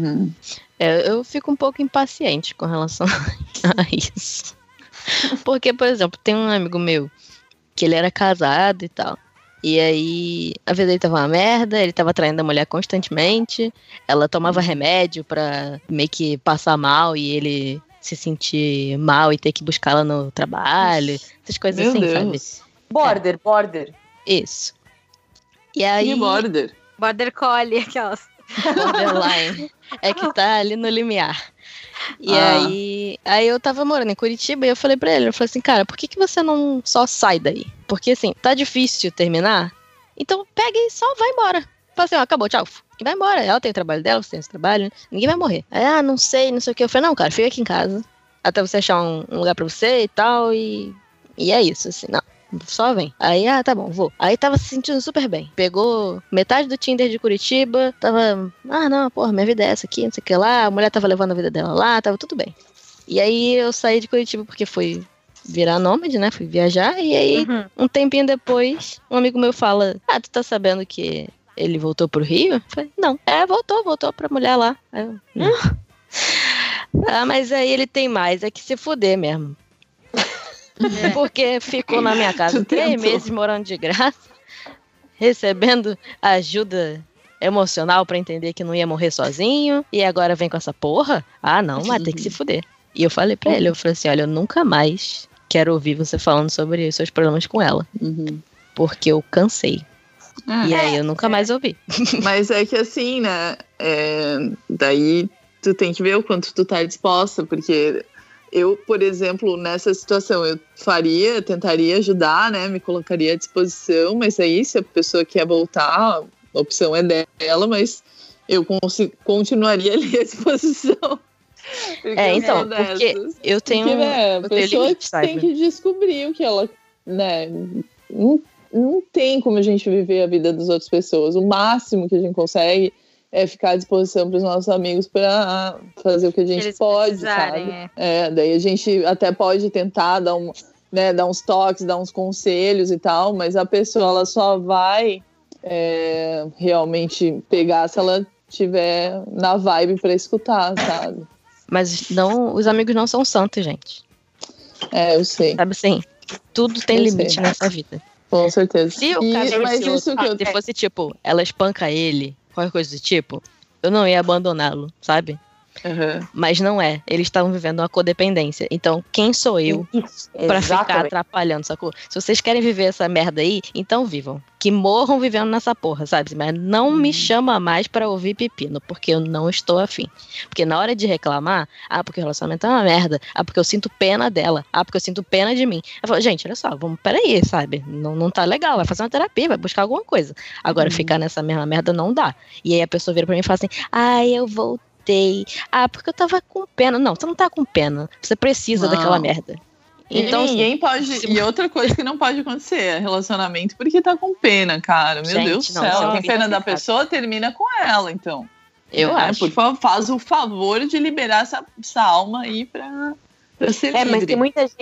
Eu fico um pouco impaciente com relação a isso. Porque, por exemplo, tem um amigo meu que ele era casado e tal. E aí, a vida dele tava uma merda, ele tava traindo a mulher constantemente, ela tomava remédio pra meio que passar mal e ele se sentir mal e ter que buscá-la no trabalho, essas coisas assim, sabe? Border. Isso. E aí... Border? Border Collie, aquelas. Borderline. É que tá ali no limiar. E aí eu tava morando em Curitiba e eu falei pra ele, eu falei assim, cara, por que você não só sai daí? Porque assim, tá difícil terminar, então pega e só vai embora. Fala assim, acabou, tchau. E vai embora, ela tem o trabalho dela, você tem o seu trabalho, ninguém vai morrer. Aí, não sei o que. Eu falei, não, cara, fica aqui em casa, até você achar um lugar pra você e tal, e é isso, assim, não. Só vem. Aí, tá bom, vou. Aí tava se sentindo super bem. Pegou metade do Tinder de Curitiba, tava, não, porra, minha vida é essa aqui, não sei o que lá. A mulher tava levando a vida dela lá, tava tudo bem. E aí eu saí de Curitiba porque fui virar nômade, né? Fui viajar. E aí, um tempinho depois, um amigo meu fala, tu tá sabendo que ele voltou pro Rio? Eu falei, não. Voltou pra mulher lá. Aí eu, mas aí ele tem mais, é que se fuder mesmo. Porque ficou na minha casa 3 meses morando de graça, recebendo ajuda emocional pra entender que não ia morrer sozinho, e agora vem com essa porra? Não, mas tem que se fuder. E eu falei pra ele, eu falei assim, olha, eu nunca mais quero ouvir você falando sobre os seus problemas com ela. Porque eu cansei. E aí eu nunca mais ouvi. Mas é que assim, né, daí tu tem que ver o quanto tu tá disposta, porque... Eu, por exemplo, nessa situação, eu tentaria ajudar, né? Me colocaria à disposição, mas aí se a pessoa quer voltar, a opção é dela, mas eu continuaria ali à disposição. Então, porque eu tenho... Porque, né, a pessoa limite, tem que descobrir o que ela, né, não tem como a gente viver a vida das outras pessoas. O máximo que a gente consegue é ficar à disposição para os nossos amigos para fazer o que a gente pode, sabe? Daí a gente até pode tentar dar uns toques, dar uns conselhos e tal, mas a pessoa ela só vai realmente pegar se ela tiver na vibe para escutar, sabe? Mas não, os amigos não são santos, gente. Eu sei. Sabe assim, tudo tem limite nessa vida. Com certeza. Se o caso fosse tipo, ela espanca ele, qualquer coisa do tipo, eu não ia abandoná-lo, sabe? Uhum. Mas não é. Eles estavam vivendo uma codependência. Então, quem sou eu pra ficar atrapalhando, sacou? Se vocês querem viver essa merda aí, então vivam. Que morram vivendo nessa porra, sabe? Mas não me chama mais pra ouvir pepino, porque eu não estou afim. Porque na hora de reclamar, porque o relacionamento é uma merda, porque eu sinto pena dela, porque eu sinto pena de mim. Eu falo, gente, olha só, peraí, sabe? Não tá legal, vai fazer uma terapia, vai buscar alguma coisa. Agora, ficar nessa mesma merda não dá. E aí a pessoa vira pra mim e fala assim, eu voltei. Porque eu tava com pena. Não, você não tá com pena. Você precisa daquela merda. Então, ninguém pode. E outra coisa que não pode acontecer é relacionamento porque tá com pena, cara. Meu Deus do céu. Tem pena da pessoa, termina com ela, então. Eu acho. Por favor, faz o favor de liberar essa alma aí pra ser livre. Mas tem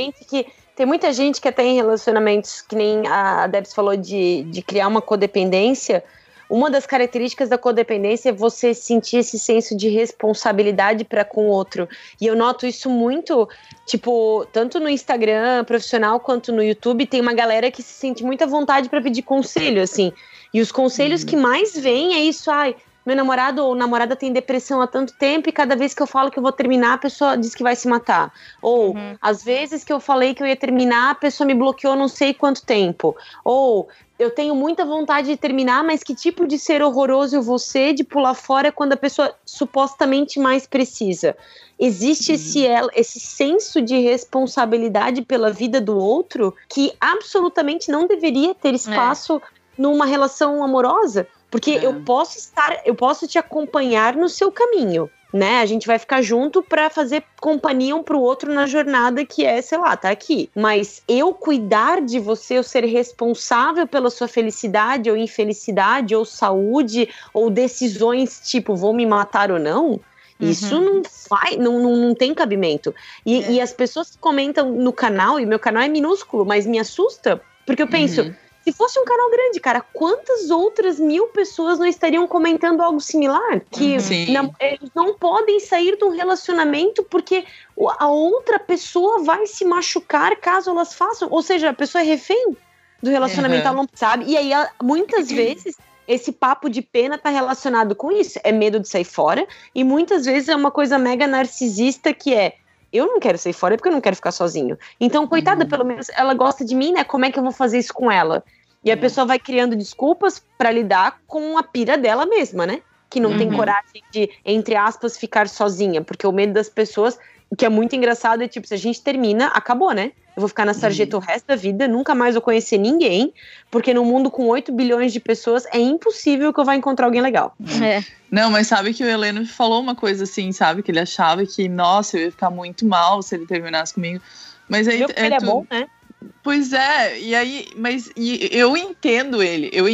muita gente que até em relacionamentos, que nem a Debs falou de criar uma codependência. Uma das características da codependência é você sentir esse senso de responsabilidade para com o outro. E eu noto isso muito, tipo, tanto no Instagram profissional quanto no YouTube, tem uma galera que se sente muita vontade para pedir conselho, assim. E os conselhos que mais vêm é isso, meu namorado ou namorada tem depressão há tanto tempo e cada vez que eu falo que eu vou terminar, a pessoa diz que vai se matar. Ou, às vezes que eu falei que eu ia terminar, a pessoa me bloqueou não sei quanto tempo. Ou, eu tenho muita vontade de terminar, mas que tipo de ser horroroso eu vou ser de pular fora quando a pessoa supostamente mais precisa? Existe esse senso de responsabilidade pela vida do outro que absolutamente não deveria ter espaço numa relação amorosa. Porque eu posso te acompanhar no seu caminho, né? A gente vai ficar junto pra fazer companhia um pro outro na jornada que sei lá, tá aqui. Mas eu cuidar de você, eu ser responsável pela sua felicidade ou infelicidade, ou saúde, ou decisões tipo, vou me matar ou não, isso não tem cabimento. E as pessoas que comentam no canal, e meu canal é minúsculo, mas me assusta, porque eu penso... Se fosse um canal grande, cara, quantas outras 1000 pessoas não estariam comentando algo similar? Que eles não podem sair de um relacionamento porque a outra pessoa vai se machucar caso elas façam. Ou seja, a pessoa é refém do relacionamento, ela não sabe. E aí, muitas vezes, esse papo de pena tá relacionado com isso. É medo de sair fora. E muitas vezes é uma coisa mega narcisista que eu não quero sair fora porque eu não quero ficar sozinho. Então, coitada, pelo menos ela gosta de mim, né? Como é que eu vou fazer isso com ela? E a pessoa vai criando desculpas pra lidar com a pira dela mesma, né? Que não tem coragem de, entre aspas, ficar sozinha. Porque o medo das pessoas, o que é muito engraçado, é tipo, se a gente termina, acabou, né? Eu vou ficar na sarjeta o resto da vida, nunca mais vou conhecer ninguém, porque num mundo com 8 bilhões de pessoas, é impossível que eu vá encontrar alguém legal. Não, mas sabe que o Heleno falou uma coisa assim, sabe? Que ele achava que, nossa, eu ia ficar muito mal se ele terminasse comigo. Mas aí... ele é bom, né? Pois e aí, mas eu entendo ele, eu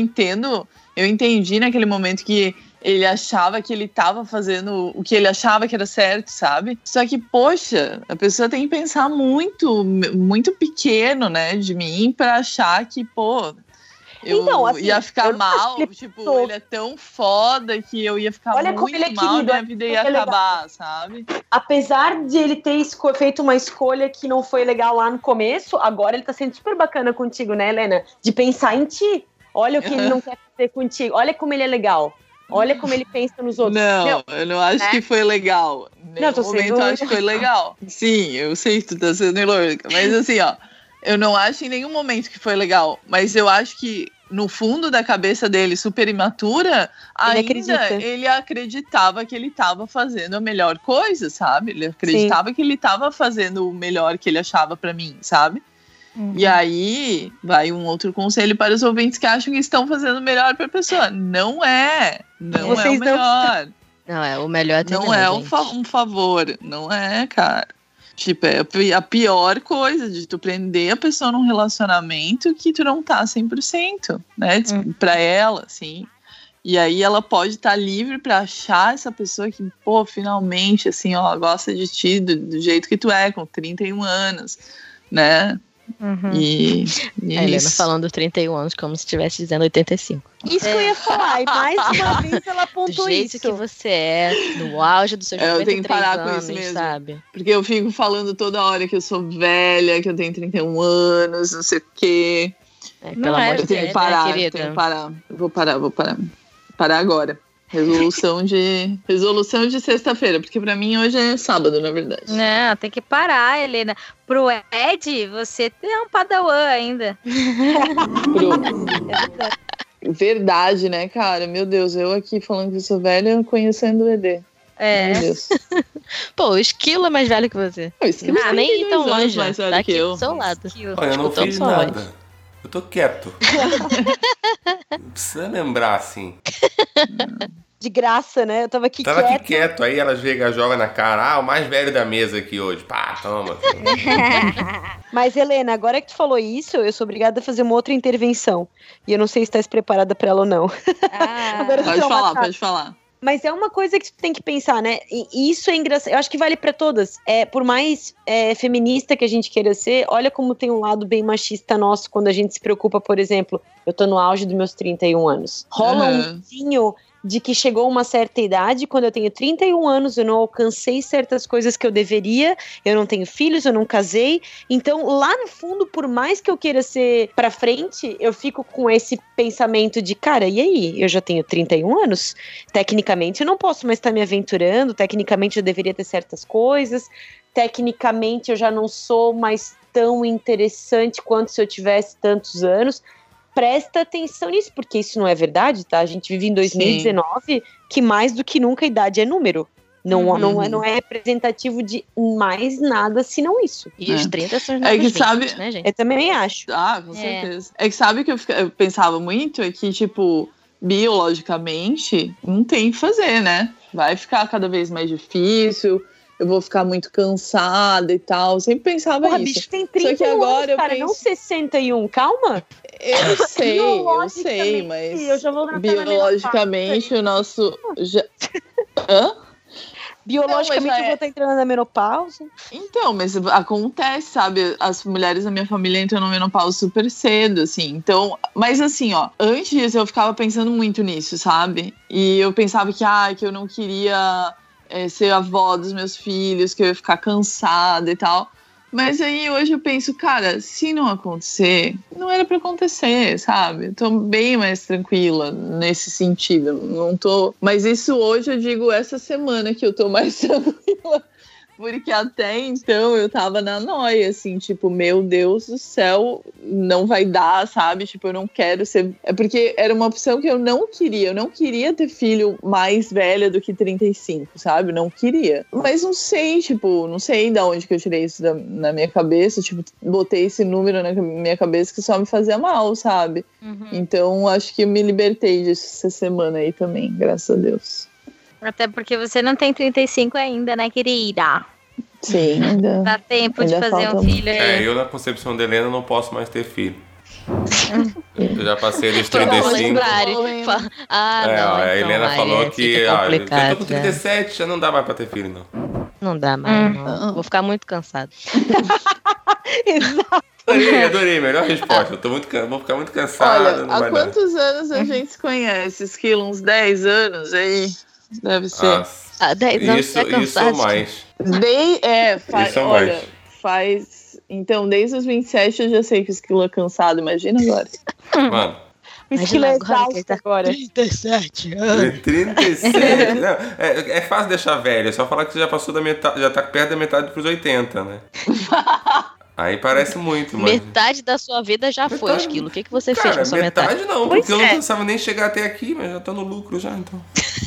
entendi naquele momento que ele achava que ele tava fazendo o que ele achava que era certo, sabe? Só que, poxa, a pessoa tem que pensar muito, muito pequeno, né, de mim pra achar que, eu ia ficar mal, tipo, ele é tão foda que eu ia ficar muito mal e minha vida ia acabar, sabe? Apesar de ele ter feito uma escolha que não foi legal lá no começo, agora ele tá sendo super bacana contigo, né, Helena? De pensar em ti. Olha o que ele não quer fazer contigo. Olha como ele é legal. Olha como ele pensa nos outros. Não, eu não acho que foi legal. No momento eu acho que foi legal. Sim, eu sei que tu tá sendo ilógica. Mas assim, eu não acho em nenhum momento que foi legal. Mas eu acho que no fundo da cabeça dele, super imatura, ele acreditava que ele estava fazendo a melhor coisa, sabe? Ele acreditava que ele estava fazendo o melhor que ele achava pra mim, sabe? E aí, vai um outro conselho para os ouvintes que acham que estão fazendo o melhor pra pessoa. Não é. Não é o melhor. Não, o melhor é terminar, não é gente. um favor, não é, cara. Tipo, é a pior coisa de tu prender a pessoa num relacionamento que tu não tá 100%, né? Pra ela, assim. E aí ela pode estar livre pra achar essa pessoa que, pô, finalmente, assim, ó, gosta de ti do jeito que tu é, com 31 anos, né? E a Helena falando 31 anos como se estivesse dizendo 85. Isso que eu ia falar, e mais uma vez ela apontou Do jeito isso. que você é, no auge dos seus 93 eu tenho que parar anos, com isso mesmo, sabe? Porque eu fico falando toda hora que eu sou velha, que eu tenho 31 anos, não sei o quê. Pelo amor de Eu tenho Deus, que parar, né, eu querida? tenho que parar. Eu vou parar. Parar agora. Resolução de sexta-feira, porque pra mim hoje é sábado, na verdade. Não, tem que parar, Helena. Pro Ed, você é um padawan ainda. Verdade, né, cara? Meu Deus, eu aqui falando que eu sou velha, conhecendo o ED. Meu Deus. Pô, o Esquilo é mais velho que você. O Esquilo Ah, nem ir tão longe, mais velho tá que aqui eu. do seu lado. Olha, eu não Escutando fiz sua voz. nada. Eu tô quieto. Não precisa lembrar, assim. De graça, né? Eu tava aqui Tava quieta. aqui quieto, aí ela joga na cara. O mais velho da mesa aqui hoje. Pá, toma. Mas, Helena, agora que tu falou isso, eu sou obrigada a fazer uma outra intervenção. E eu não sei se tá preparada pra ela ou não. Agora eu tô traumatizada. Pode falar. Mas é uma coisa que tu tem que pensar, né? E isso é engraçado. Eu acho que vale pra todas. Por mais feminista que a gente queira ser, olha como tem um lado bem machista nosso quando a gente se preocupa, por exemplo, eu tô no auge dos meus 31 anos. Rola um vizinho de que chegou uma certa idade, quando eu tenho 31 anos, eu não alcancei certas coisas que eu deveria, eu não tenho filhos, eu não casei. Então, lá no fundo, por mais que eu queira ser pra frente, eu fico com esse pensamento de, cara, e aí? Eu já tenho 31 anos? Tecnicamente, eu não posso mais estar me aventurando, tecnicamente, eu deveria ter certas coisas, tecnicamente, eu já não sou mais tão interessante quanto se eu tivesse tantos anos. Presta atenção nisso, porque isso não é verdade, tá? A gente vive em 2019, que mais do que nunca a idade é número. Não é representativo de mais nada, senão isso. E os 30 são os novos 20, né, gente? Eu também acho. Ah, com certeza. É que sabe que eu pensava muito, é que, tipo, biologicamente, não tem o que fazer, né? Vai ficar cada vez mais difícil, eu vou ficar muito cansada e tal. Eu sempre pensava isso. Bicho, tem 30 Só que agora anos, cara, não 61, calma. Eu sei, mas eu já vou biologicamente o nosso... Hã? Biologicamente Não, eu vou estar entrando na menopausa. Então, mas acontece, sabe? As mulheres da minha família entram na menopausa super cedo, assim. Então, mas assim, ó, antes eu ficava pensando muito nisso, sabe? E eu pensava que eu não queria ser avó dos meus filhos, que eu ia ficar cansada e tal. Mas aí hoje eu penso, cara, se não acontecer, não era pra acontecer, sabe? Eu tô bem mais tranquila nesse sentido. Não tô. Mas isso hoje eu digo essa semana que eu tô mais tranquila. Porque até então eu tava na noia, assim, tipo, meu Deus do céu, não vai dar, sabe? Tipo, eu não quero ser... É porque era uma opção que eu não queria ter filho mais velha do que 35, sabe? Não queria. Mas não sei de onde que eu tirei isso na minha cabeça, tipo, botei esse número na minha cabeça que só me fazia mal, sabe? Então, acho que eu me libertei disso essa semana aí também, graças a Deus. Até porque você não tem 35 ainda, né, querida? Sim, ainda. Dá tempo de fazer um filho aí. Eu na concepção da Helena não posso mais ter filho. Eu já passei dos 35. A Helena falou que eu tô com 37, já não dá mais pra ter filho, não. Não dá mais, não. Vou ficar muito cansado. Exato. Adorei, melhor resposta. Vou ficar muito cansado. Olha, há quantos anos a gente se conhece? Esquilo, uns 10 anos aí? Deve ser. 10 anos isso ou mais. Faz... Então, desde os 27 eu já sei que o Esquilo é cansado. Imagina agora. Mano. O Esquilo é exausto agora. 37 anos. 37. Não, é fácil deixar velho. É só falar que você já passou da metade, já tá perto da metade pros 80, né? Aí parece muito, mas... Metade da sua vida já foi, Esquilo. O que você fez com a sua metade? Metade não, porque eu não pensava nem chegar até aqui, mas já tô no lucro já, então.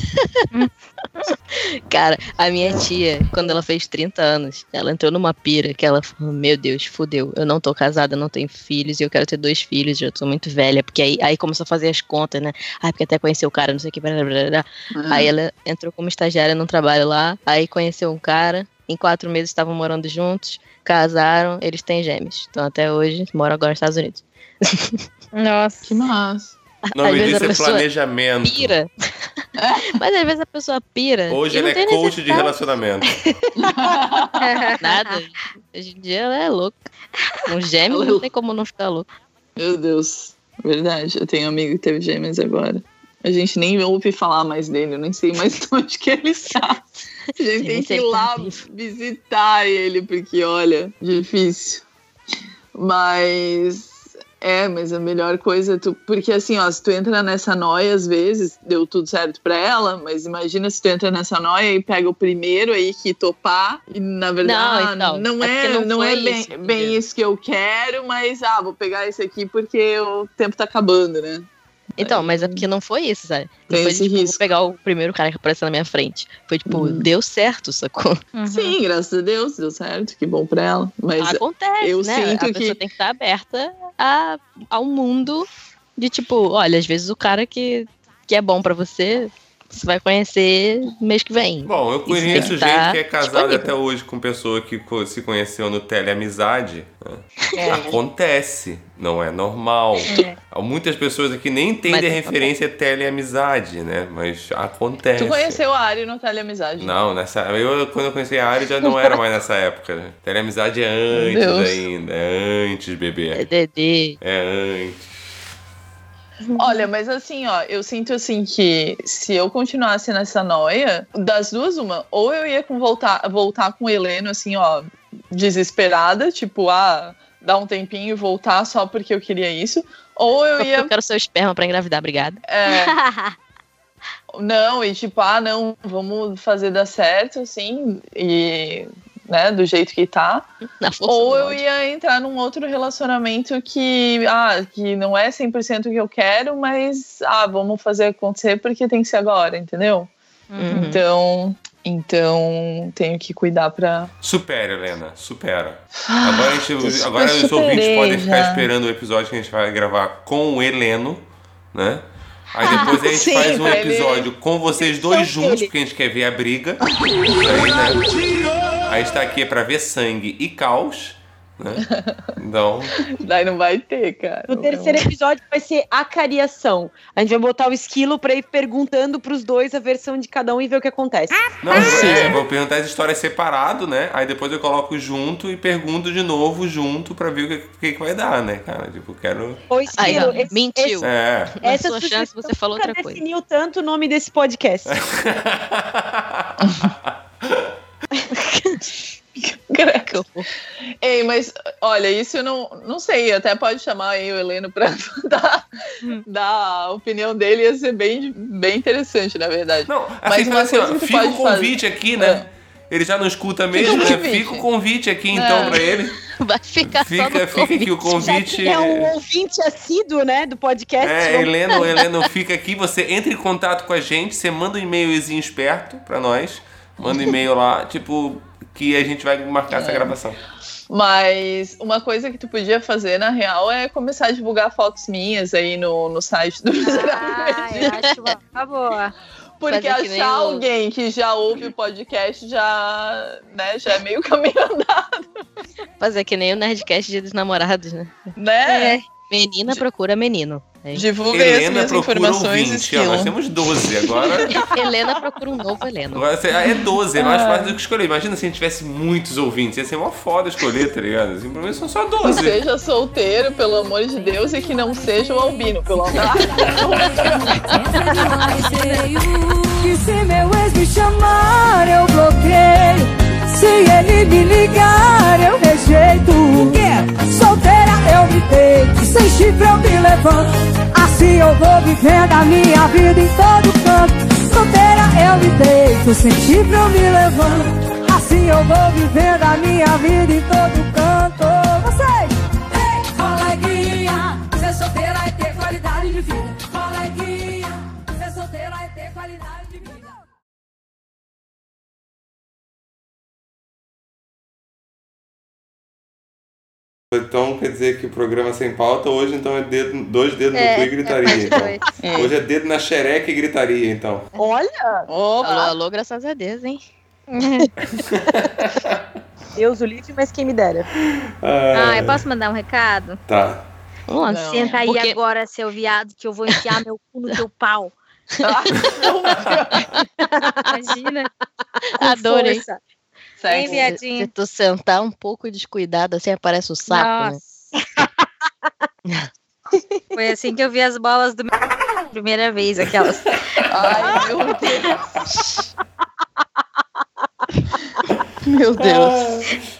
Cara, a minha tia, quando ela fez 30 anos, ela entrou numa pira que ela falou, meu Deus, fudeu, eu não tô casada, não tenho filhos, e eu quero ter 2 filhos, já tô muito velha, porque aí começou a fazer as contas, né? Porque até conheceu o cara, não sei o que, blá, blá, blá, blá. Aí ela entrou como estagiária num trabalho lá, aí conheceu um cara, em 4 meses estavam morando juntos, casaram, eles têm gêmeos. Então até hoje moram agora nos Estados Unidos. Nossa, que massa. O nome disso é planejamento. Pira. Mas às vezes a pessoa pira. Hoje ela é coach de relacionamento. Nada. Hoje em dia ela é louca. Um gêmeo não tem como não ficar louco. Meu Deus. Verdade. Eu tenho um amigo que teve gêmeos agora. A gente nem ouve falar mais dele. Eu nem sei mais onde que ele está. A gente tem que ir lá visitar ele, porque, olha, difícil. Mas a melhor coisa é porque assim, ó, se tu entra nessa noia, às vezes, deu tudo certo pra ela, mas imagina se tu entra nessa noia e pega o primeiro aí que topar, e na verdade não é bem isso que eu quero, mas vou pegar esse aqui porque o tempo tá acabando, né? Então, mas é porque não foi isso, sabe? Não foi tipo, vou pegar o primeiro cara que apareceu na minha frente. Foi tipo, deu certo, sacou? Sim, graças a Deus, deu certo, que bom pra ela. Mas acontece, eu né? sinto a pessoa tem que estar aberta ao mundo de tipo, olha, às vezes o cara que é bom pra você vai conhecer mês que vem. Bom, eu conheço gente que é casada até hoje com pessoa que se conheceu no teleamizade. Né? Acontece, não é normal. Muitas pessoas aqui nem entendem a referência teleamizade, né? Mas acontece. Tu conheceu a Ari no teleamizade? Não, quando eu conheci a Ari já não era mais nessa época. Né? Teleamizade é antes ainda. É antes, bebê. É Dedê. É antes. Olha, mas assim, ó, eu sinto assim que se eu continuasse nessa noia, das duas, uma, ou eu ia voltar com o Heleno, assim, ó, desesperada, tipo, dar um tempinho e voltar só porque eu queria isso, ou eu ia... Eu quero seu esperma pra engravidar, obrigada. Não, e tipo, não, vamos fazer dar certo, assim, e... né, do jeito que tá, ou eu ia entrar num outro relacionamento que não é 100% o que eu quero, mas vamos fazer acontecer porque tem que ser agora, entendeu? Então tenho que cuidar pra... Supera, Helena, supera. Agora os ouvintes podem ficar esperando o episódio que a gente vai gravar com o Heleno, né? Aí depois a gente faz um episódio com vocês dois juntos, porque a gente quer ver a briga. Aí, né? A gente tá aqui pra ver sangue e caos, né? Então... Daí não vai ter, cara. O terceiro episódio vai ser a cariação. A gente vai botar o Esquilo pra ir perguntando pros dois a versão de cada um e ver o que acontece. Não, vou perguntar as histórias separado, né? Aí depois eu coloco junto e pergunto de novo junto pra ver o que vai dar, né, cara? Tipo, quero... O Esquilo, mentiu. Essa sua chance você falou outra coisa. Definiu tanto o nome desse podcast. Ei, mas olha, isso eu não sei, até pode chamar aí o Heleno pra dar a opinião dele, ia ser bem interessante, na verdade. Não, mas fica o convite aqui, né? Ele já não escuta mesmo, né? Fica o convite aqui então pra ele. Vai ficar fica aqui o convite. É um ouvinte assíduo, né, do podcast. Heleno, fica aqui, você entra em contato com a gente, você manda um e-mailzinho esperto pra nós, manda um e-mail lá, tipo... que a gente vai marcar essa gravação. Mas uma coisa que tu podia fazer, na real, é começar a divulgar fotos minhas aí no site do eu acho uma boa. Porque achar alguém que já ouve o podcast já é meio caminho andado. Fazer que nem o Nerdcast Dia dos Namorados, né? Menina procura menino. Divulga essas informações. Ouvinte, nós temos 12 agora. Helena procura um novo Heleno. Agora é 12, é mais fácil do que escolher. Imagina se a gente tivesse muitos ouvintes, ia ser uma foda escolher, tá ligado? Assim, pra mim são só 12. Que seja solteiro, pelo amor de Deus, e que não seja o albino, pelo amor de Deus. Que se meu ex me chamar, eu bloqueio. Se ele me ligar, eu rejeito. Solteira eu me deito, sem chifre eu me levanto. Assim eu vou vivendo a minha vida em todo canto. Solteira eu me deito, sem chifre eu me levanto. Assim eu vou vivendo a minha vida em todo canto. qualidade de vida. Então quer dizer que o programa sem pauta hoje então é dois dedos no cu e gritaria. Então. Hoje é dedo na xereca e gritaria, então. Olha! Alô, alô, graças a Deus, hein? Deus o livre, mas quem me dera. Eu posso mandar um recado? Tá. Vamos lá. Senta aí agora, seu viado, que eu vou enfiar meu cu no teu pau. Imagina. Adorei. Força. Hein, viadinho? Se tu sentar um pouco descuidado, assim aparece o saco, né? Foi assim que eu vi as bolas do meu... primeira vez, aquelas. Ai, meu Deus. Meu Deus.